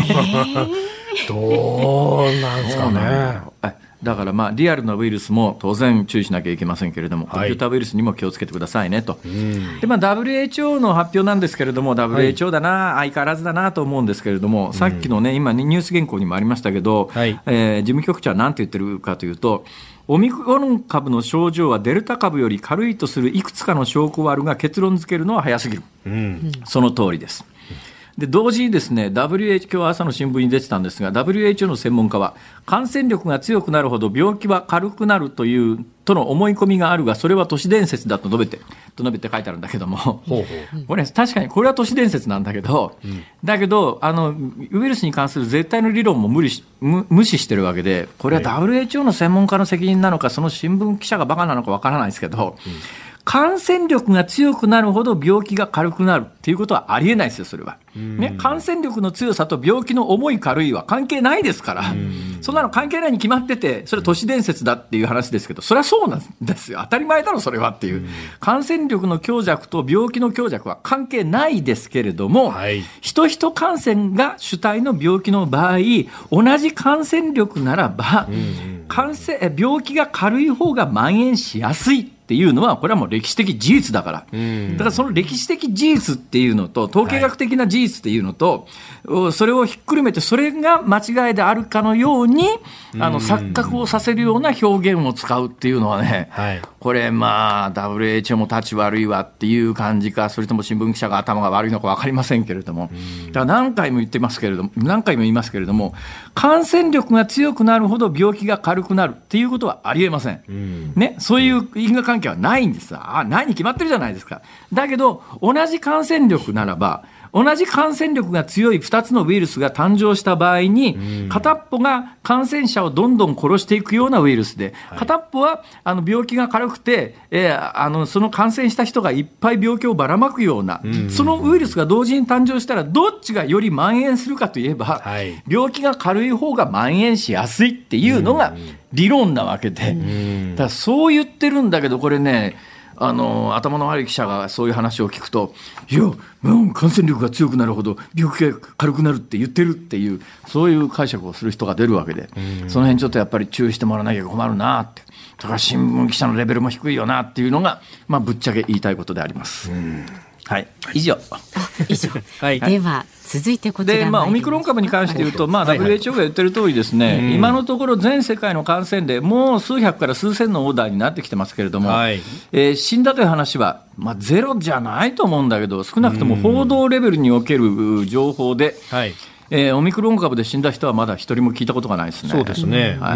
どうなんですかね。 だからまあリアルなウイルスも当然注意しなきゃいけませんけれども、 はい、 コンピューターウイルスにも気をつけてくださいねと。で、まあ、ダブリューエイチオー の発表なんですけれども、 ダブリューエイチオー だな、はい、相変わらずだなと思うんですけれども、さっきのね今ニュース原稿にもありましたけど、はい、えー、事務局長は何て言ってるかというと、オミクロン株の症状はデルタ株より軽いとするいくつかの証拠はあるが結論付けるのは早すぎる、うん、その通りです。で同時にですね ダブリューエイチオー 今日朝の新聞に出てたんですが ダブリューエイチオー の専門家は感染力が強くなるほど病気は軽くなるというとの思い込みがあるがそれは都市伝説だと述べてと述べて書いてあるんだけどもほうほうこれ確かにこれは都市伝説なんだけど、うん、だけどあのウイルスに関する絶対の理論も無理し無無視してるわけでこれは ダブリューエイチオー の専門家の責任なのかその新聞記者がバカなのかわからないですけど、うん、感染力が強くなるほど病気が軽くなるっていうことはありえないですよそれは、ね、感染力の強さと病気の重い軽いは関係ないですから、そんなの関係ないに決まっててそれは都市伝説だっていう話ですけどそれはそうなんですよ当たり前だろそれはっていう、感染力の強弱と病気の強弱は関係ないですけれども、はい、人人感染が主体の病気の場合同じ感染力ならば、感染病気が軽い方が蔓延しやすいっていうのはこれはもう歴史的事実だから、だからその歴史的事実っていうのと統計学的な事実っていうのと、はい、それをひっくるめてそれが間違いであるかのようにあの錯覚をさせるような表現を使うっていうのはね、はい、これまあ ダブリューエイチオー も立ち悪いわっていう感じかそれとも新聞記者が頭が悪いのか分かりませんけれども、だから何回も言ってますけれども何回も言いますけれども感染力が強くなるほど病気が軽くなるっていうことはありえません、うんね、そういう因果関係はないんです。あないに決まってるじゃないですか。だけど同じ感染力ならば同じ感染力が強いふたつのウイルスが誕生した場合に片っぽが感染者をどんどん殺していくようなウイルスで片っぽはあの病気が軽くて、えー、あのその感染した人がいっぱい病気をばらまくようなそのウイルスが同時に誕生したらどっちがより蔓延するかといえば、はい、病気が軽い方が蔓延しやすいっていうのが理論なわけで、だからそう言ってるんだけどこれねあの頭の悪い記者がそういう話を聞くといやもう感染力が強くなるほど病気が軽くなるって言ってるっていうそういう解釈をする人が出るわけで、その辺ちょっとやっぱり注意してもらわなきゃ困るなって、だから新聞記者のレベルも低いよなっていうのが、まあ、ぶっちゃけ言いたいことであります。はい、以上。 以上、はい、では続いてこちらで、まあ、オミクロン株に関して言うと、まあ、ダブリューエイチオー が言ってる通りですね、はいはい、今のところ全世界の感染例もう数百から数千のオーダーになってきてますけれども、はいえー、死んだという話は、まあ、ゼロじゃないと思うんだけど少なくとも報道レベルにおける情報で、はいえー、オミクロン株で死んだ人はまだ一人も聞いたことがないですね。 そうですね、 はい、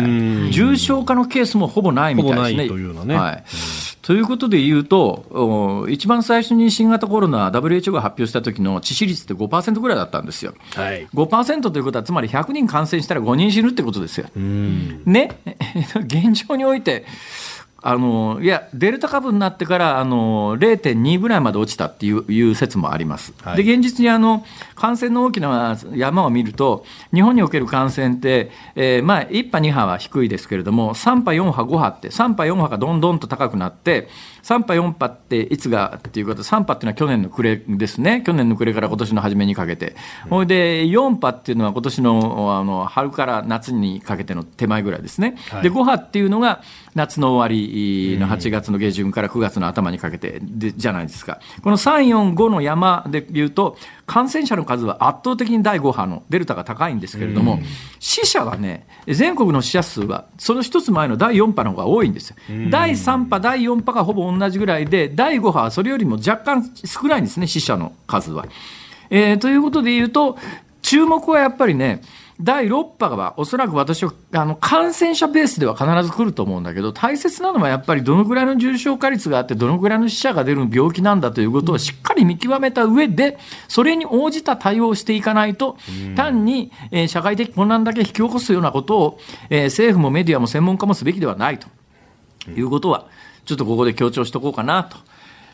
重症化のケースもほぼないみたいですね。ほぼないというようなね、はい、ということで言うと一番最初に新型コロナ ダブリューエイチオー が発表した時の致死率って ごパーセント ぐらいだったんですよ、はい、ごパーセント ということはつまりひゃくにん感染したらごにん死ぬってことですよ、うんね、現状においてあのいやデルタ株になってからあの れいてんに ぐらいまで落ちたっていう、いう説もあります、はい、で現実にあの感染の大きな山を見ると日本における感染って、えーまあ、いち波に波は低いですけれどもさん波よん波ご波ってさん波よん波がどんどんと高くなってさん波よん波っていつがっていうことさん波っていうのは去年の暮れですね。去年の暮れから今年の初めにかけて、ほいでよん波っていうのは今年 の, あの春から夏にかけての手前ぐらいですね、はい、でご波っていうのが夏の終わりのはちがつの下旬からくがつの頭にかけてでじゃないですか。このさん、よん、ごの山でいうと感染者の数は圧倒的にだいご波のデルタが高いんですけれども、死者はね全国の死者数はその一つ前のだいよん波の方が多いんですよ。だいさん波だいよん波がほぼ同じぐらいでだいご波はそれよりも若干少ないんですね、死者の数は、えー、ということでいうと注目はやっぱりねだいろく波はおそらく私はあの感染者ベースでは必ず来ると思うんだけど、大切なのはやっぱりどのくらいの重症化率があってどのくらいの死者が出る病気なんだということをしっかり見極めた上でそれに応じた対応をしていかないと、単に、えー、社会的混乱だけ引き起こすようなことを、えー、政府もメディアも専門家もすべきではないということはちょっとここで強調しておこうかなと。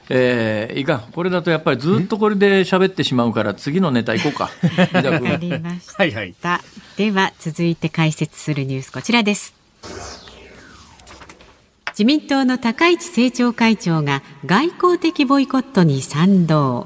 えー、いかん、これだとやっぱりずっとこれで喋ってしまうから次のネタいこうか。 わかりました、はいはい、では続いて解説するニュースこちらです。自民党の高市政調会長が外交的ボイコットに賛同。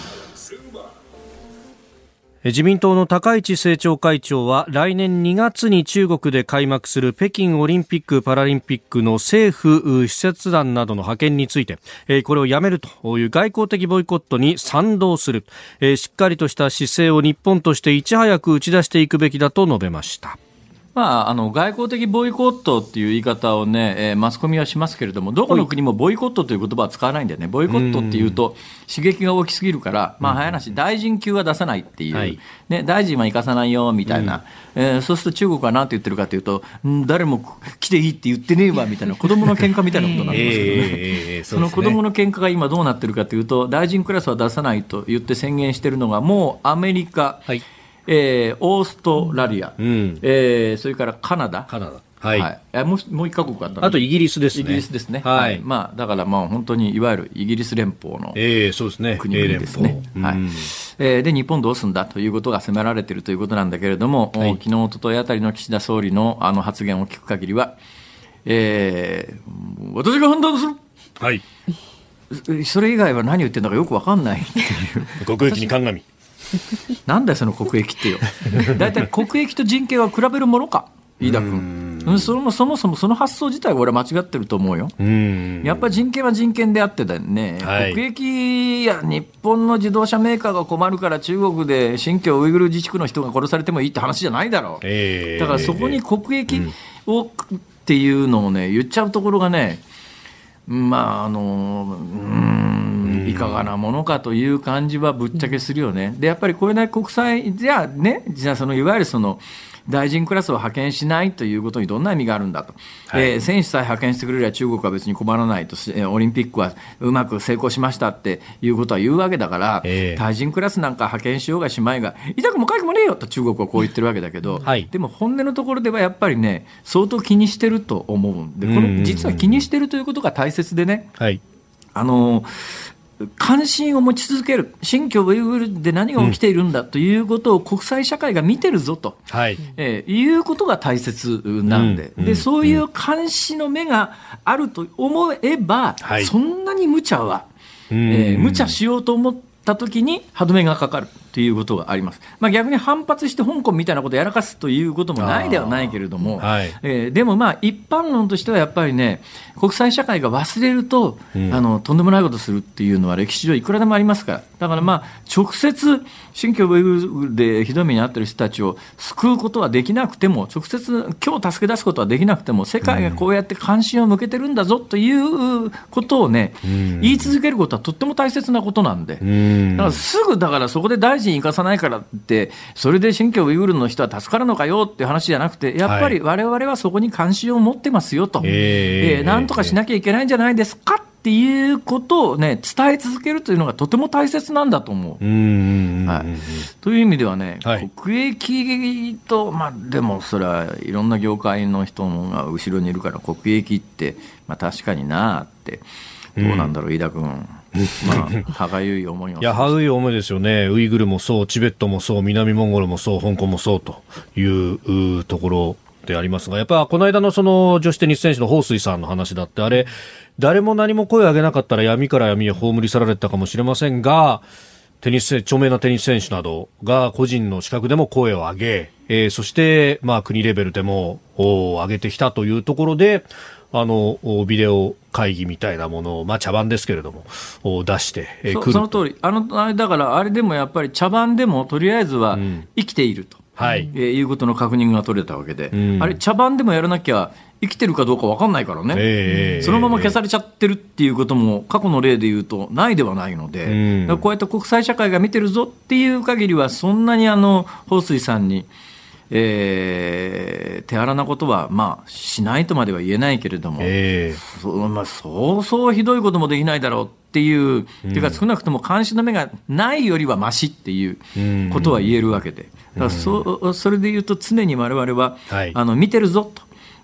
自民党の高市政調会長は来年にがつに中国で開幕する北京オリンピック・パラリンピックの政府使節団などの派遣についてこれをやめるという外交的ボイコットに賛同する、しっかりとした姿勢を日本としていち早く打ち出していくべきだと述べました。 まあ、あの外交的ボイコットっていう言い方をね、えー、マスコミはしますけれども、どこの国もボイコットという言葉は使わないんだよね。ボイコットっていうと刺激が大きすぎるから、まあ、早話大臣級は出さないっていう、はいね、大臣は行かさないよみたいな、うんえー、そうすると中国は何て言ってるかというと、ん誰も来ていいって言ってねえわみたいな子供の喧嘩みたいなことになりますけどね、えー、その子供の喧嘩が今どうなってるかというと、大臣クラスは出さないと言って宣言しているのがもうアメリカ、はいえー、オーストラリア、うんえー、それからカナダ、カナダはいはい、もう、もう一カ国あったの、 あとイギリスですね。 イギリスですね、はいはいまあ、だからまあ本当にいわゆるイギリス連邦の国々ですね。はいえー、で日本どうすんだということが迫られているということなんだけれども、はい、昨日おとといあたりの岸田総理のあの発言を聞く限りは、えー、私が判断する、はい、それ以外は何言ってるのかよく分かんないっていう国益に鑑みなんだよその国益ってよ。だいたい国益と人権は比べるものか、飯田君。うん、それもそもそもその発想自体は俺は間違ってると思うよ。うんやっぱり人権は人権であってだよね、はい、国益や日本の自動車メーカーが困るから中国で新疆ウイグル自治区の人が殺されてもいいって話じゃないだろう、えー、だからそこに国益をっていうのをね言っちゃうところがね、まああのうんいかがなものかという感じはぶっちゃけするよね。でやっぱりこれだけ国際じゃあね、じゃあそのいわゆるその大臣クラスを派遣しないということにどんな意味があるんだと、はいえー、選手さえ派遣してくれれば中国は別に困らないと、オリンピックはうまく成功しましたっていうことは言うわけだから、えー、大臣クラスなんか派遣しようがしまいが痛くもかゆくもねえよと中国はこう言ってるわけだけど、はい、でも本音のところではやっぱりね相当気にしてると思うんで、この実は気にしてるということが大切でね、はい、あの関心を持ち続ける、新疆ウイグルで何が起きているんだということを国際社会が見てるぞと、はいえー、いうことが大切なんで、うん、でそういう監視の目があると思えば、はい、そんなに無茶は、うんえー、無茶しようと思ったときに歯止めがかかるということがあります。まあ、逆に反発して香港みたいなことをやらかすということもないではないけれども、はいえー、でもまあ一般論としてはやっぱりね国際社会が忘れると、うん、あのとんでもないことするっていうのは歴史上いくらでもありますから、だからまあ直接新疆ウイグルでひどい目に遭っている人たちを救うことはできなくても、直接今日助け出すことはできなくても、世界がこうやって関心を向けてるんだぞということをね、うん、言い続けることはとっても大切なことなんで、うん、だからすぐだからそこで大臣行かさないからってそれで新疆ウイグルの人は助かるのかよっていう話じゃなくて、やっぱり我々はそこに関心を持ってますよと、はいえー、なんとかしなきゃいけないんじゃないですかっていうことを、ね、伝え続けるというのがとても大切なんだと思う。うーん、はい、という意味ではね、はい、国益と、まあ、でもそれはいろんな業界の人が後ろにいるから国益って、まあ、確かになってどうなんだろう、飯田君。まあ、歯がゆい思いをいや歯がゆい思いですよね。ウイグルもそう、チベットもそう、南モンゴルもそう、香港もそうというところでありますが、やっぱこの間のその女子テニス選手の彭帥さんの話だって、あれ誰も何も声を上げなかったら闇から闇へ葬り去られたかもしれませんが、テニス著名なテニス選手などが個人の資格でも声を上げ、えー、そしてまあ国レベルでも上げてきたというところで、あのビデオ会議みたいなものを、まあ、茶番ですけれども出してくると。 そ, その通り、あのだからあれでもやっぱり茶番でもとりあえずは生きていると、うんはいえー、いうことの確認が取れたわけで、うん、あれ茶番でもやらなきゃ生きてるかどうか分かんないからね、えー、そのまま消されちゃってるっていうことも過去の例で言うとないではないので、うん、だからこうやって国際社会が見てるぞっていう限りはそんなにあの彭帥さんにえー、手荒なことは、まあ、しないとまでは言えないけれども、えーそまあ、そうそうひどいこともできないだろうっていう、うん、ていうか少なくとも監視の目がないよりはマシっていうことは言えるわけで、だから そ, それで言うと常に我々は、はい、あの見てるぞと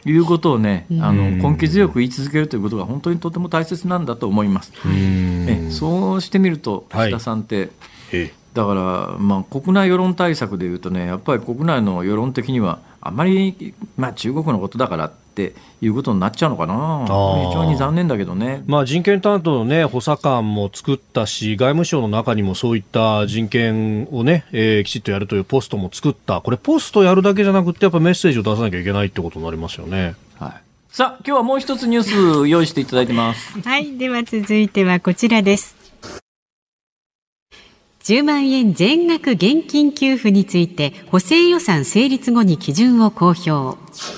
いうことをね、あの根気強く言い続けるということが本当にとても大切なんだと思います。えそうしてみると岸田さんって、はい、だから、まあ、国内世論対策でいうとね、やっぱり国内の世論的にはあまり、まあ、中国のことだからっていうことになっちゃうのかな。非常に残念だけどね。 まあ、人権担当の、ね、補佐官も作ったし、外務省の中にもそういった人権を、ねえー、きちっとやるというポストも作った。これポストやるだけじゃなくてやっぱメッセージを出さなきゃいけないってことになりますよね。 はい、さあ今日はもう一つニュース用意していただいてます。 はい、では続いてはこちらです。じゅうまんえん全額現金給付について補正予算成立後に基準を公表。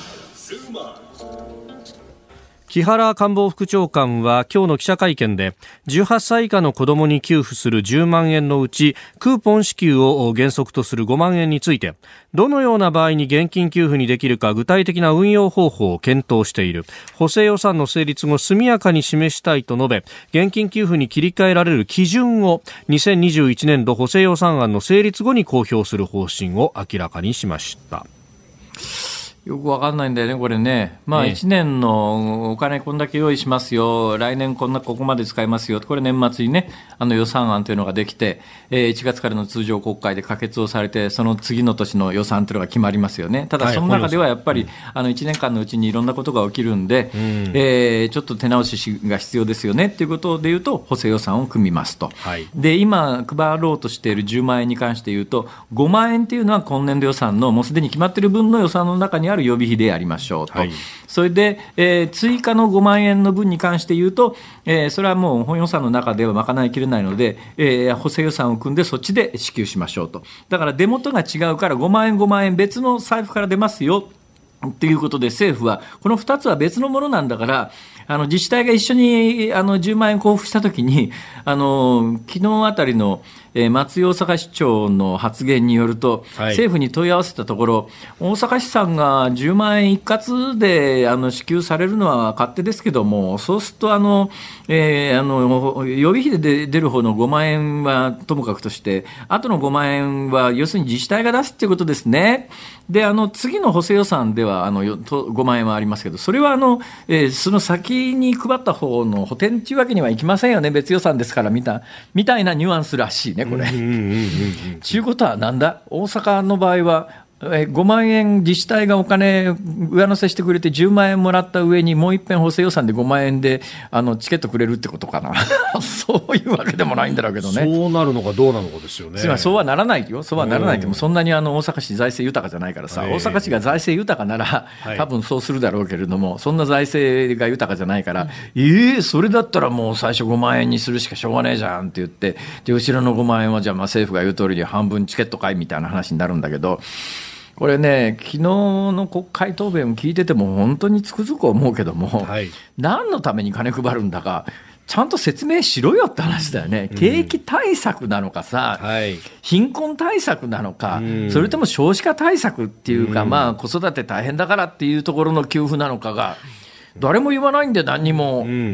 木原官房副長官は今日の記者会見でじゅうはっさい以下の子どもに給付するじゅうまんえんのうちクーポン支給を原則とするごまんえんについてどのような場合に現金給付にできるか具体的な運用方法を検討している。補正予算の成立後速やかに示したいと述べ、現金給付に切り替えられる基準をにせんにじゅういちねんど補正予算案の成立後に公表する方針を明らかにしました。 よくわかんないんだよね、これね。まあ、いちねんのお金こんだけ用意しますよ、来年こんなここまで使いますよ、これ年末にね、あの予算案というのができて、えー、いちがつからの通常国会で可決をされて、その次の年の予算というのが決まりますよね。ただ、その中ではやっぱり、はい、あのいちねんかんのうちにいろんなことが起きるんで、うんえー、ちょっと手直しが必要ですよねということでいうと、補正予算を組みますと。はい、で、今、配ろうとしているじゅうまんえんに関して言うと、ごまんえんというのは今年度予算のもうすでに決まっている分の予算の中にある予備費でやりましょうと、はい、それで、えー、追加のごまんえんの分に関して言うと、えー、それはもう本予算の中では賄いきれないので、えー、補正予算を組んでそっちで支給しましょうと。だから出元が違うからごまんえんごまんえん別の財布から出ますよということで、政府はこのふたつは別のものなんだから、あの自治体が一緒にあのじゅうまんえん交付したときに、あの昨日あたりの、えー、松井大阪市長の発言によると、はい、政府に問い合わせたところ、大阪市さんがじゅうまんえん一括であの支給されるのは勝手ですけども、そうするとあの、えー、あの予備費で出る方のごまんえんはともかくとして、あとのごまんえんは要するに自治体が出すということですね。で、あの次の補正予算ではあのごまんえんはありますけど、それはあの、えー、その先に配った方の補填というわけにはいきませんよね、別予算ですからみたい、みたいなニュアンスらしいね、これ。ということはなんだ、大阪の場合はごまんえん自治体がお金上乗せしてくれてじゅうまんえんもらった上にもう一遍補正予算でごまんえんであのチケットくれるってことかなそういうわけでもないんだろうけどね。 そうなるのかどうなのかですよね。 そうはならないよ、そうはならないけども、そんなにあの大阪市財政豊かじゃないからさ、大阪市が財政豊かなら多分そうするだろうけれども、そんな財政が豊かじゃないから、えー、それだったらもう最初ごまんえんにするしかしょうがねえじゃんって言って、で後ろのごまんえんはじゃあまあ政府が言う通りに半分チケット買いみたいな話になるんだけど、これね、昨日の国会答弁を聞いてても本当につくづく思うけども、はい、何のために金配るんだかちゃんと説明しろよって話だよね。うん、景気対策なのかさ、はい、貧困対策なのか、うん、それとも少子化対策っていうか、うんまあ、子育て大変だからっていうところの給付なのかが誰も言わないんで、何にも、うんうんうんうん、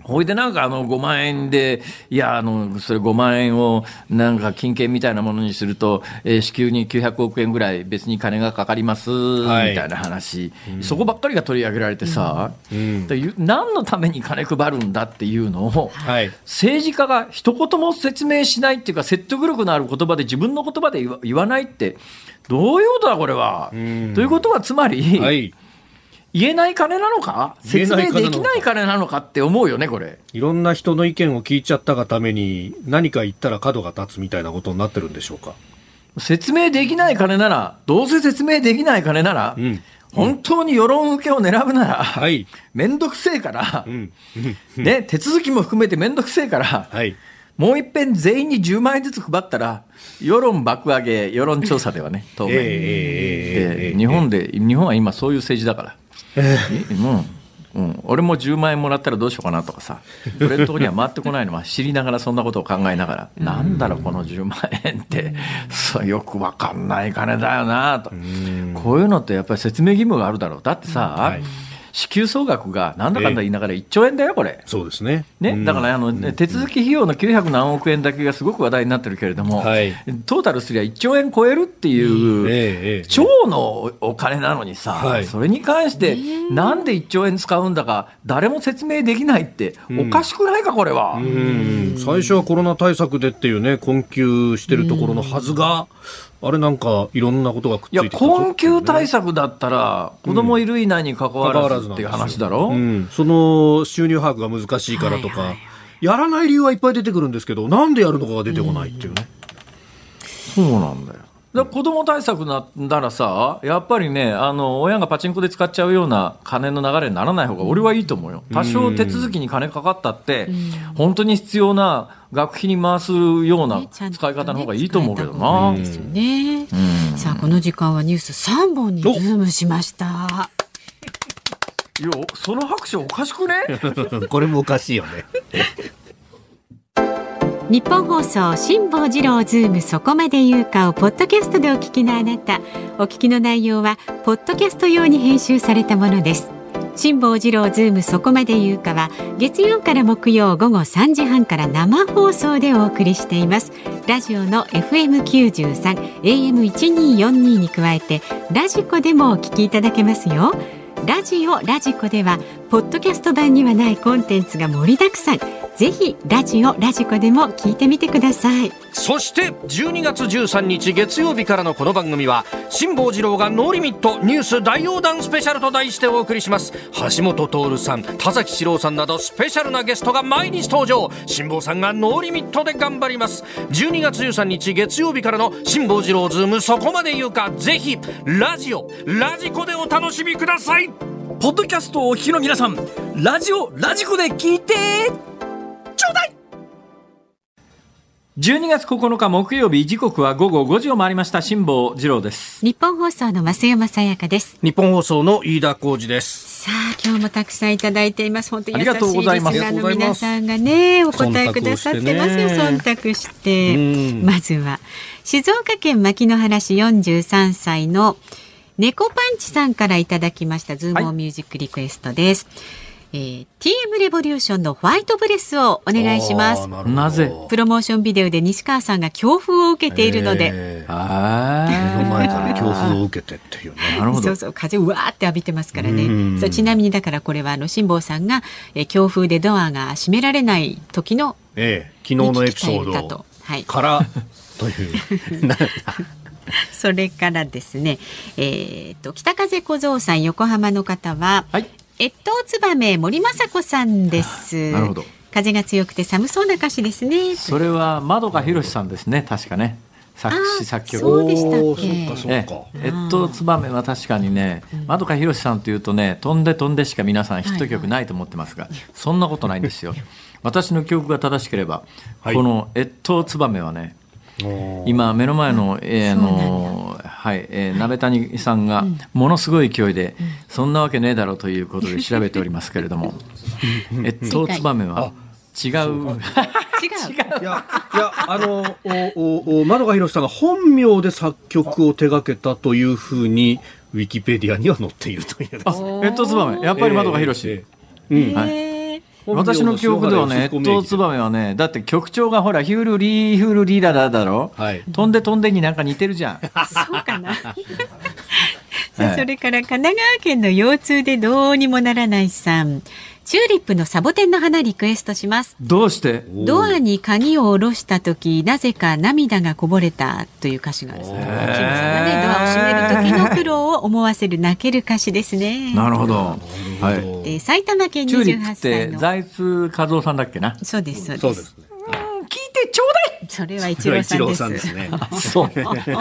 ほいでなんかあのごまんえんで、いやあのそれごまんえんをなんか金券みたいなものにすると、えー、支給にきゅうひゃくおくえんぐらい別に金がかかります、はい、みたいな話、うん、そこばっかりが取り上げられてさ、うんうん、で何のために金配るんだっていうのを、はい、政治家が一言も説明しないっていうか、説得力のある言葉で自分の言葉で言 わ, 言わないってどういうことだこれは、うん、ということはつまり、はい言えない金なのか、説明できない金なのかって思うよね、これ。 いろんな人の意見を聞いちゃったがために何か言ったら角が立つみたいなことになってるんでしょうか。 説明できない金なら、どうせ説明できない金なら、うん、本当に世論受けを狙うなら、はい、めんどくせえから、うんね、手続きも含めてめんどくせえから、はい、もう一遍全員にじゅうまんえんずつ配ったら世論爆上げ、世論調査ではね当面、えーえー、で日本で、日本は今そういう政治だからうんうん、俺もじゅうまんえんもらったらどうしようかなとかさ、俺のところには回ってこないのは知りながらそんなことを考えながら、なんだろうこのじゅうまんえんってそうよく分かんない金だよなと。こういうのってやっぱり説明義務があるだろう。だってさ、はい、 支給総額がなんだかんだ言いながらいっちょうえんだよこれ。 そうですね。 ね、だからあの、うん、手続き費用のきゅうひゃくなんおくえんだけがすごく話題になってるけれども、はい、トータルすりゃいっちょうえん超えるっていう、えー、超のお金なのにさ、はい、それに関してなんでいっちょうえん使うんだか誰も説明できないっておかしくないかこれは。 うんうん、最初はコロナ対策でっていうね困窮してるところのはずが、あれなんかいろんなことがくっついてきた、 いや困窮対策だったら子供いるいないに関わらずっていう話だろ、 うんうん、その収入把握が難しいからとか、はいはい、やらない理由はいっぱい出てくるんですけどなんでやるのかが出てこないっていうね、 うん、そうなんだよ。だから子供対策なんだらさやっぱりねあの親がパチンコで使っちゃうような金の流れにならない方が俺はいいと思うよ。多少手続きに金かかったって本当に必要な学費に回すような使い方の方がいいと思うけどな、 ね、ですよね、うん、さあこの時間はニュースさんぼんにズームしました。 いやその拍手おかしくねこれもおかしいよね日本放送辛坊治郎ズームそこまで言うかをポッドキャストでお聞きのあなた、お聞きの内容はポッドキャスト用に編集されたものです。辛坊治郎ズームそこまで言うかは月曜から木曜午後さんじはんから生放送でお送りしています。ラジオの エフエムきゅうじゅうさん エーエムせんにひゃくよんじゅうに に加えてラジコでもお聞きいただけますよ。ラジオラジコではポッドキャスト版にはないコンテンツが盛りだくさん。ぜひラジオラジコでも聞いてみてください。 そしてじゅうにがつじゅうさんにち月曜日からのこの番組は辛坊治郎がノーリミットニュース大横断スペシャルと題してお送りします。橋本徹さん、田崎史郎さんなどスペシャルなゲストが毎日登場。辛坊さんがノーリミットで頑張ります。じゅうにがつじゅうさんにち月曜日からの辛坊治郎ズームそこまで言うか、ぜひラジオラジコでお楽しみください。 ポッドキャストをお聞きの皆さん、ラジオラジコで聞いてちょうだい。じゅうにがつここのか木曜日、時刻はごごごじを回りました。辛坊治郎です。 日本放送の増山さやかです。 日本放送の飯田浩司です。 さあ今日もたくさんいただいています。本当に優しいリスナーの皆さんがねお答えくださってますよ。忖度して、まずは静岡県牧之原市よんじゅうさんさいの猫パンチさんからいただきましたズームオンミュージックリクエストです、はいえー、ティーエム レボリューションのホワイトブレスをお願いします。 なぜプロモーションビデオで西川さんが強風を受けているので、えー、 あ目の前から強風を受けてっていうねなるほど。そうそう風うわーって浴びてますからね。そうちなみにだからこれはあの辛坊さんが、えー、強風でドアが閉められない時の、 えー、昨日のエピソードから、はい、というそれからですね、えー、と北風小僧さん横浜の方は、はい越冬つばめ森昌子さんです。 なるほど。 風が強くて寒そうな歌詞ですね。 それは円香博さんですね。確かね。作詞作曲。 そうでしたっけ。 え越冬つばめは確かにね、円香博さんというとね、飛んで飛んでしか皆さんヒット曲ないと思ってますが、はいはい、そんなことないんですよ。私の記憶が正しければ、はい、この越冬つばめはね。今目の前の、えー、あのはい、えー、鍋谷さんがものすごい勢いで、うん、そんなわけねえだろうということで調べておりますけれども越冬つばめは違う違う違ういやいやあのおお円香博さんが本名で作曲を手掛けたというふうにウィキペディアには載っているというです。 あ越冬つばめやっぱり円香博、えーえーうんはい私の記憶ではね越冬つばめはねだって曲調がほらヒュールリーヒュールリーダーだろ、はい、飛んで飛んでになんか似てるじゃんそうかなさあそれから神奈川県の腰痛でどうにもならないさんチューリップのサボテンの花リクエストします。 どうしてドアに鍵を下ろした時なぜか涙がこぼれたという歌詞がですね、キムさんがねドアを閉める時の苦労を思わせる泣ける歌詞ですね。 なるほど、はい、 で埼玉県にじゅうはっさいのチューリップって財津和夫さんだっけな。 そうですそうです、 そうですね。 聞いてちょうだい。 それは一郎さんです。 さんですね。 そう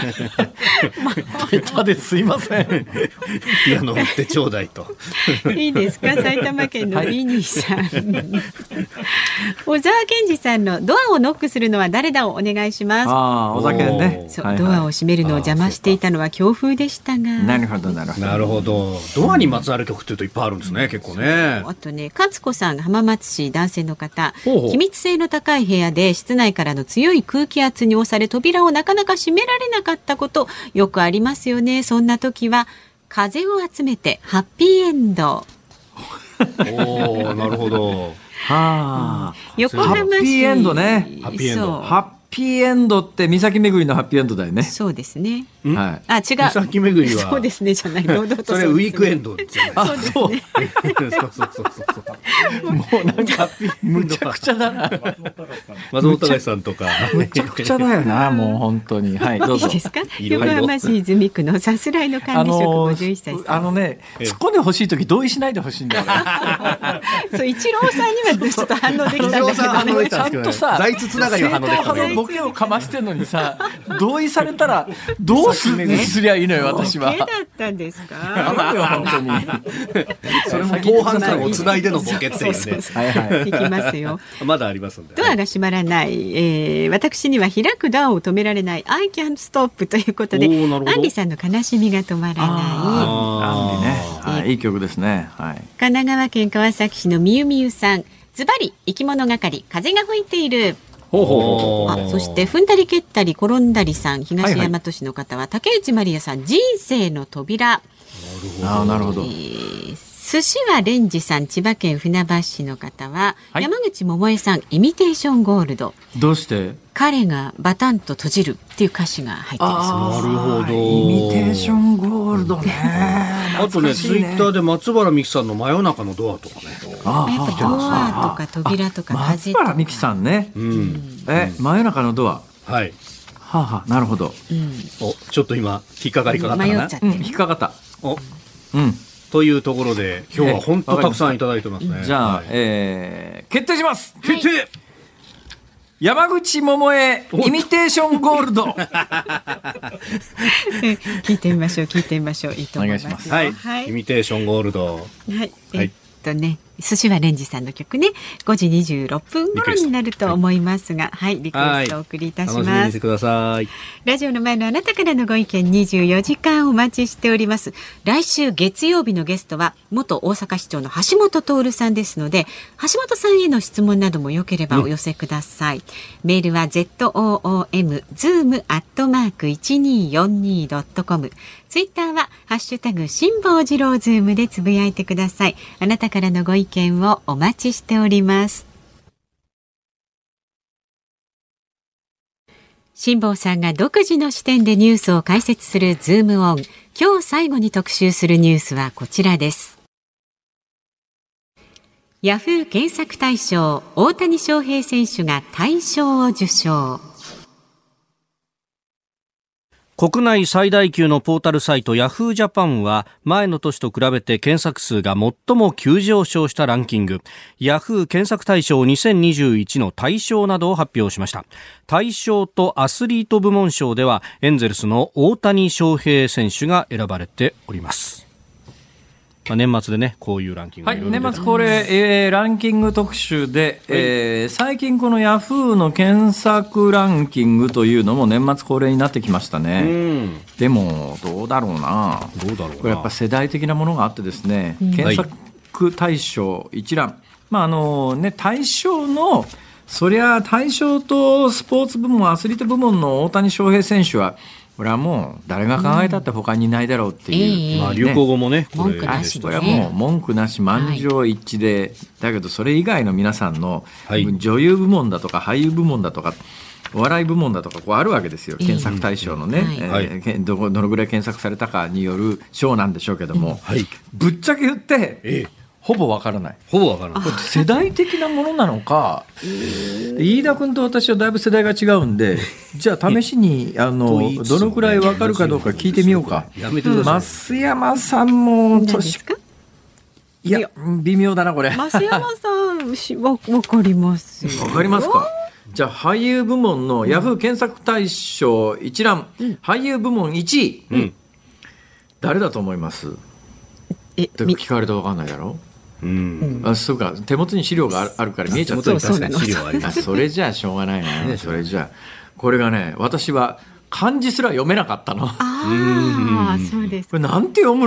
ベタですいませんピアノ売ってちょうだいといいですか埼玉県のリニーさん、はい、小沢健二さんのドアをノックするのは誰だをお願いします。 あ小沢健ねそう、はいはい、ドアを閉めるのを邪魔していたのは強風でしたが。 なるほどなるほどなるほど。ドアにまつわる曲っていうといっぱいあるんですね結構ね。 あとね勝子さん浜松市男性の方ほうほう秘密性の高い部屋で室内からの強い空気圧に押され扉をなかなか閉められなかったことよくありますよね。そんな時は風を集めてハッピーエンドおー、なるほど。 はあ、 横浜市ハッピーエンドね。 ハッピーエンドそうハッピーエンドって岬巡りのハッピーエンドだよね。 そうですね。 はい。 あ、違う。 岬巡りはそうですねじゃない。堂々とそれウィークエンドじゃない。 あ、そう。 そうそうそうそう。 もうなんかむちゃくちゃだな。 松本隆さんとか。 むちゃくちゃだよな、もう本当に。はい、どうぞ。 いいですか。 いろいろ横浜市泉区のさすらいの管理職ごじゅういっさいさん。 あのね、突っ込んでほしいとき同意しないでほしいんだよね。 そう、一郎さんにはちょっと反応できたんだけどね。 ちゃんとさ、 財津つながりは反応できた正統派のボケをかましてんのにさ、同意されたらどうすすりゃいいのよ、私は。 ボケだったんですか。 やばいよ、本当に。 それも後半さんをつないでのボケっていうね。 はいはい。 いきますよ。 まだありますんで。 ドアが閉まらない、えー、私には開くドアを止められない I can't stop ということで、 おー、なるほど。 アンリさんの悲しみが止まらない。 アンリね、はい、いい曲ですね。はい。 神奈川県川崎市のみゆみゆさん、ズバリ生き物係、風が吹いている。 ほうほうほう。 あ、そして踏んだり蹴ったり転んだりさん、東大和市の方は、はいはい、竹内まりやさん、人生の扉。 あ、なるほど。 えー、寿司はレンジさん、千葉県船橋市の方は、はい、山口百恵さん、イミテーションゴールド。 どうして？ 彼がバタンと閉じるっていう歌詞が入ってるそうです。 なるほど。 イミテーションゴールドね。 あとね、ツイッターで松原美樹さんの真夜中のドアとかね。 ああ、やっぱドアとか扉とか風とか。 松原美樹さんね。うん、え、真夜中のドア。 はい。 はあ、はあ、なるほど。 うん、 お、ちょっと今引っかかりかかったかな。 迷っちゃって、 うん、引っかかった。 お、 うん。 というところで今日は本当たくさんいただいてますね。 じゃあ、はい、えー、決定します。決定。はい、山口百恵イミテーションゴールド。 聞いてみましょう聞いてみましょう。いいと思います。お願いします。 はい、はい、イミテーションゴールド。 はい。はい、えっとね、寿司はレンジさんの曲ね、ごじにじゅうろっぷん頃になると思いますが、はい、はい、リクエストをお送りいたします。 楽しみにしてください。 ラジオの前のあなたからのご意見にじゅうよじかんお待ちしております。来週月曜日のゲストは元大阪市長の橋本徹さんですので、橋本さんへの質問などもよければお寄せください。うん、メールは ズーム アットマーク いちにーよんにー ドットコム、ツイッターはハッシュタグ辛坊治郎ズームでつぶやいてください。あなたからのご意見をお待ちしております。辛坊さんが独自の視点でニュースを解説するズームオン。今日最後に特集するニュースはこちらです。ヤフー検索大賞、大谷翔平選手が大賞を受賞。 国内最大級のポータルサイトヤフージャパンは前の年と比べて検索数が最も急上昇したランキング、ヤフー検索大賞にせんにじゅういちの大賞などを発表しました。大賞とアスリート部門賞ではエンゼルスの大谷翔平選手が選ばれております。まあ、年末でね、こういうランキング、 はい、年末恒例、えー、ランキング特集で、えー、最近このヤフーの検索ランキングというのも年末恒例になってきましたね。うん、でもどうだろうな、 どうだろうな、 これやっぱ世代的なものがあってですね、うん、検索大賞一覧、まああのね、大賞のそりゃ大賞とスポーツ部門アスリート部門の大谷翔平選手はこれはもう誰が考えたって他にいないだろうっていう、 うん、まあ、流行語もね、 文句なしで、 これはもう文句なし満場一致で、はい、だけどそれ以外の皆さんの女優部門だとか俳優部門だとかお笑い部門だとかこうあるわけですよ、検索対象のね、はいえー、ど, どのぐらい検索されたかによる賞なんでしょうけども、はい、ぶっちゃけ言って、ええ、ほぼわからない。 ほぼわからない。 これ世代的なものなのか、飯田君と私はだいぶ世代が違うんで、じゃあ試しにあのどのくらいわかるかどうか聞いてみようか。 やめてください。 増山さんも年か、いや微妙だなこれ。 増山さんわかりますよ。 わかりますか。じゃあ俳優部門のヤフー検索大賞一覧、うん、俳優部門いちい、うん、誰だと思います？えって聞かれたらわかんないだろう。うん、あ、そうか、手元に資料があるから見えちゃった。 手元に確かに資料があります。 それじゃあしょうがないな、ね、それじゃあこれがね、私は漢字すら読めなかったの。 ああ、そうです。 これなんて読むの 、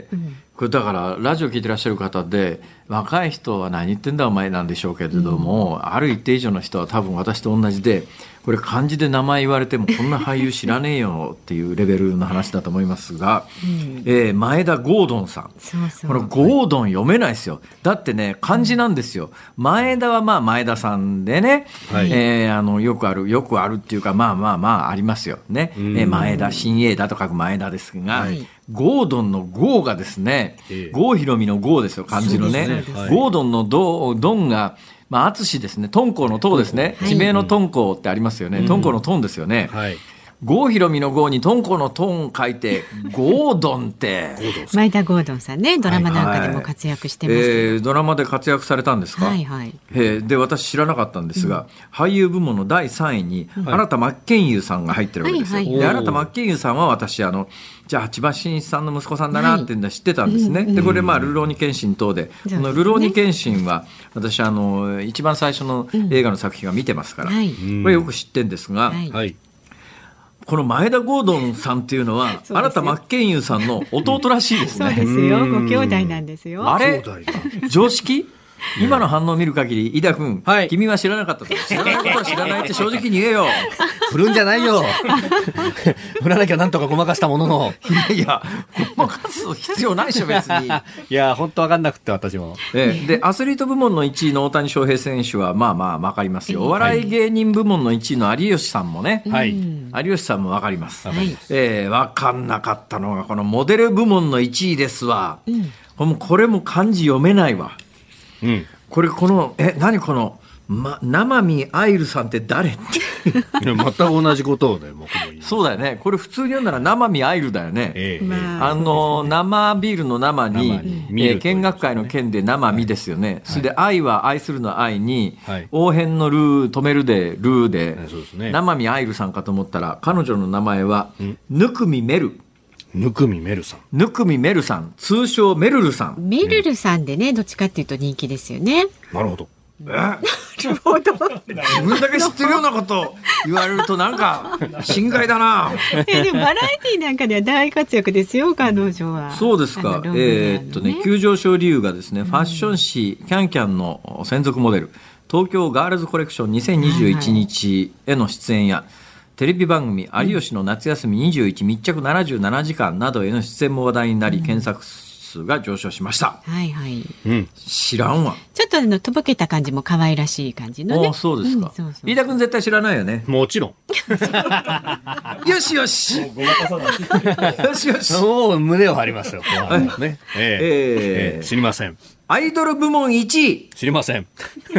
これだからラジオ聞いてらっしゃる方で若い人は何言ってんだお前なんでしょうけれども、うん、ある一定以上の人は多分私と同じで、これ漢字で名前言われてもこんな俳優知らねえよっていうレベルの話だと思いますが、うんえー、前田ゴードンさん、 そうそう、 このゴードン読めないですよ。だってね漢字なんですよ。前田はまあ前田さんでね、はいえー、あのよくあるよくあるっていうかまあまあまあありますよね、えー、前田新栄田と書く前田ですが、はい、ゴードンのゴーがですね、えー、郷ひろみのゴーですよ、漢字の ね, ね、はい、ゴードンのドドンがまあ、淳ですね、敦煌の塔ですね、はい、地名の敦煌ってありますよね、敦煌のトンですよね、はい、郷ひろみの郷に敦煌のトン書いてゴードンって前田ゴードンさんね、ドラマなんかでも活躍してます、はいはいえー、ドラマで活躍されたんですか、はいはいえー、で私知らなかったんですが、うん、俳優部門のだいさんいに新田真剣佑さんが入ってるわけですよ、はいはい、で新田真剣佑さんは私あのじゃあ千葉真一さんの息子さんだなっていうのは知ってたんですね、はい、でこれまあルローニケンシン等で、このルローニケンシンは私あの一番最初の映画の作品は見てますから、うん、これよく知ってるんですが、はいこの前田ゴードンさんっていうのは新田真剣佑さんの弟らしいですね。 そうですよ、ご兄弟なんですよ。 あれ常識今の反応を見る限り、井田君、はい、君は知らなかったと。知らないことは知らないって正直に言えよ。 振るんじゃないよ。振らなきゃなんとかごまかしたものの。 いやいや、ごまかす必要ないでしょ別に。 いや本当わかんなくて私も。 ええ、でアスリート部門のいちいの大谷翔平選手はまあまあわかりますよ。お笑い芸人部門のいちいの有吉さんもね。はい、有吉さんもわかります。はい、ええ、わかんなかったのがこのモデル部門のいちいですわ。うん、これも漢字読めないわ。うん、これこのえ何この、ま、生見愛瑠さんって誰って全く同じことをね僕も言う。 そうだよね、これ普通に読んだら生見愛瑠だよね、ええ、あの生ビールの生に、生にえー、見学会の件で生見ですよね、はい、それで愛は愛するの愛に、はい、応変のルー止めるでルーで、はい、そうですね、生見愛瑠さんかと思ったら彼女の名前はぬくみめるぬくみめるさんぬくみめるさん、通称めるるさん。 めるるさんでね、どっちかっていうと人気ですよね。 なるほど。 えなるほど。自分だけ知ってるようなこと言われるとなんか心外だな。 えでもバラエティなんかでは大活躍ですよ彼女は。 そうですか、ね、えー、っとね急上昇理由がですね、ファッション誌キャンキャンの専属モデル、東京ガールズコレクションにせんにじゅういちにちへの出演や、はいはい、テレビ番組有吉の夏休みにじゅういち密着ななじゅうななじかんなどへの出演も話題になり、うん、検索数が上昇しました。はいはい、うん、知らんわ。 ちょっとあのとぼけた感じも可愛らしい感じのね。 あ、そうですか、うん、そうそう、飯田君絶対知らないよね。 もちろん。 よしよしよしよし、 もう胸を張りますよ。ねえーえーえー、知りません。 アイドル部門いちい知りません。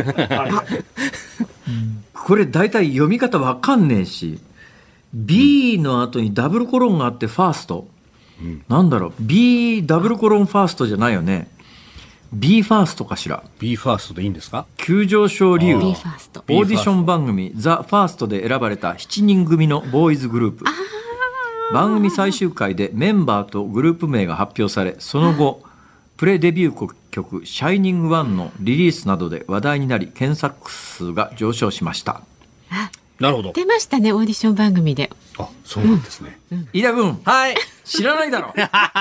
これ大体読み方わかんねえし、 B の後にダブルコロンがあってファースト、うん、なんだろう B ダブルコロンファーストじゃないよね。 B ファーストかしら。 B ファーストでいいんですか。 急上昇理由、オーディション番組ザ・ファーストで選ばれたしちにん組のボーイズグループ。番組最終回でメンバーとグループ名が発表され、その後プレデビュー曲シャイニングワンのリリースなどで話題になり、検索数が上昇しました。 なるほど。 出ましたね、オーディション番組で。 あ、そうなんですね。 うんうん、飯田君、はい、知らないだろ。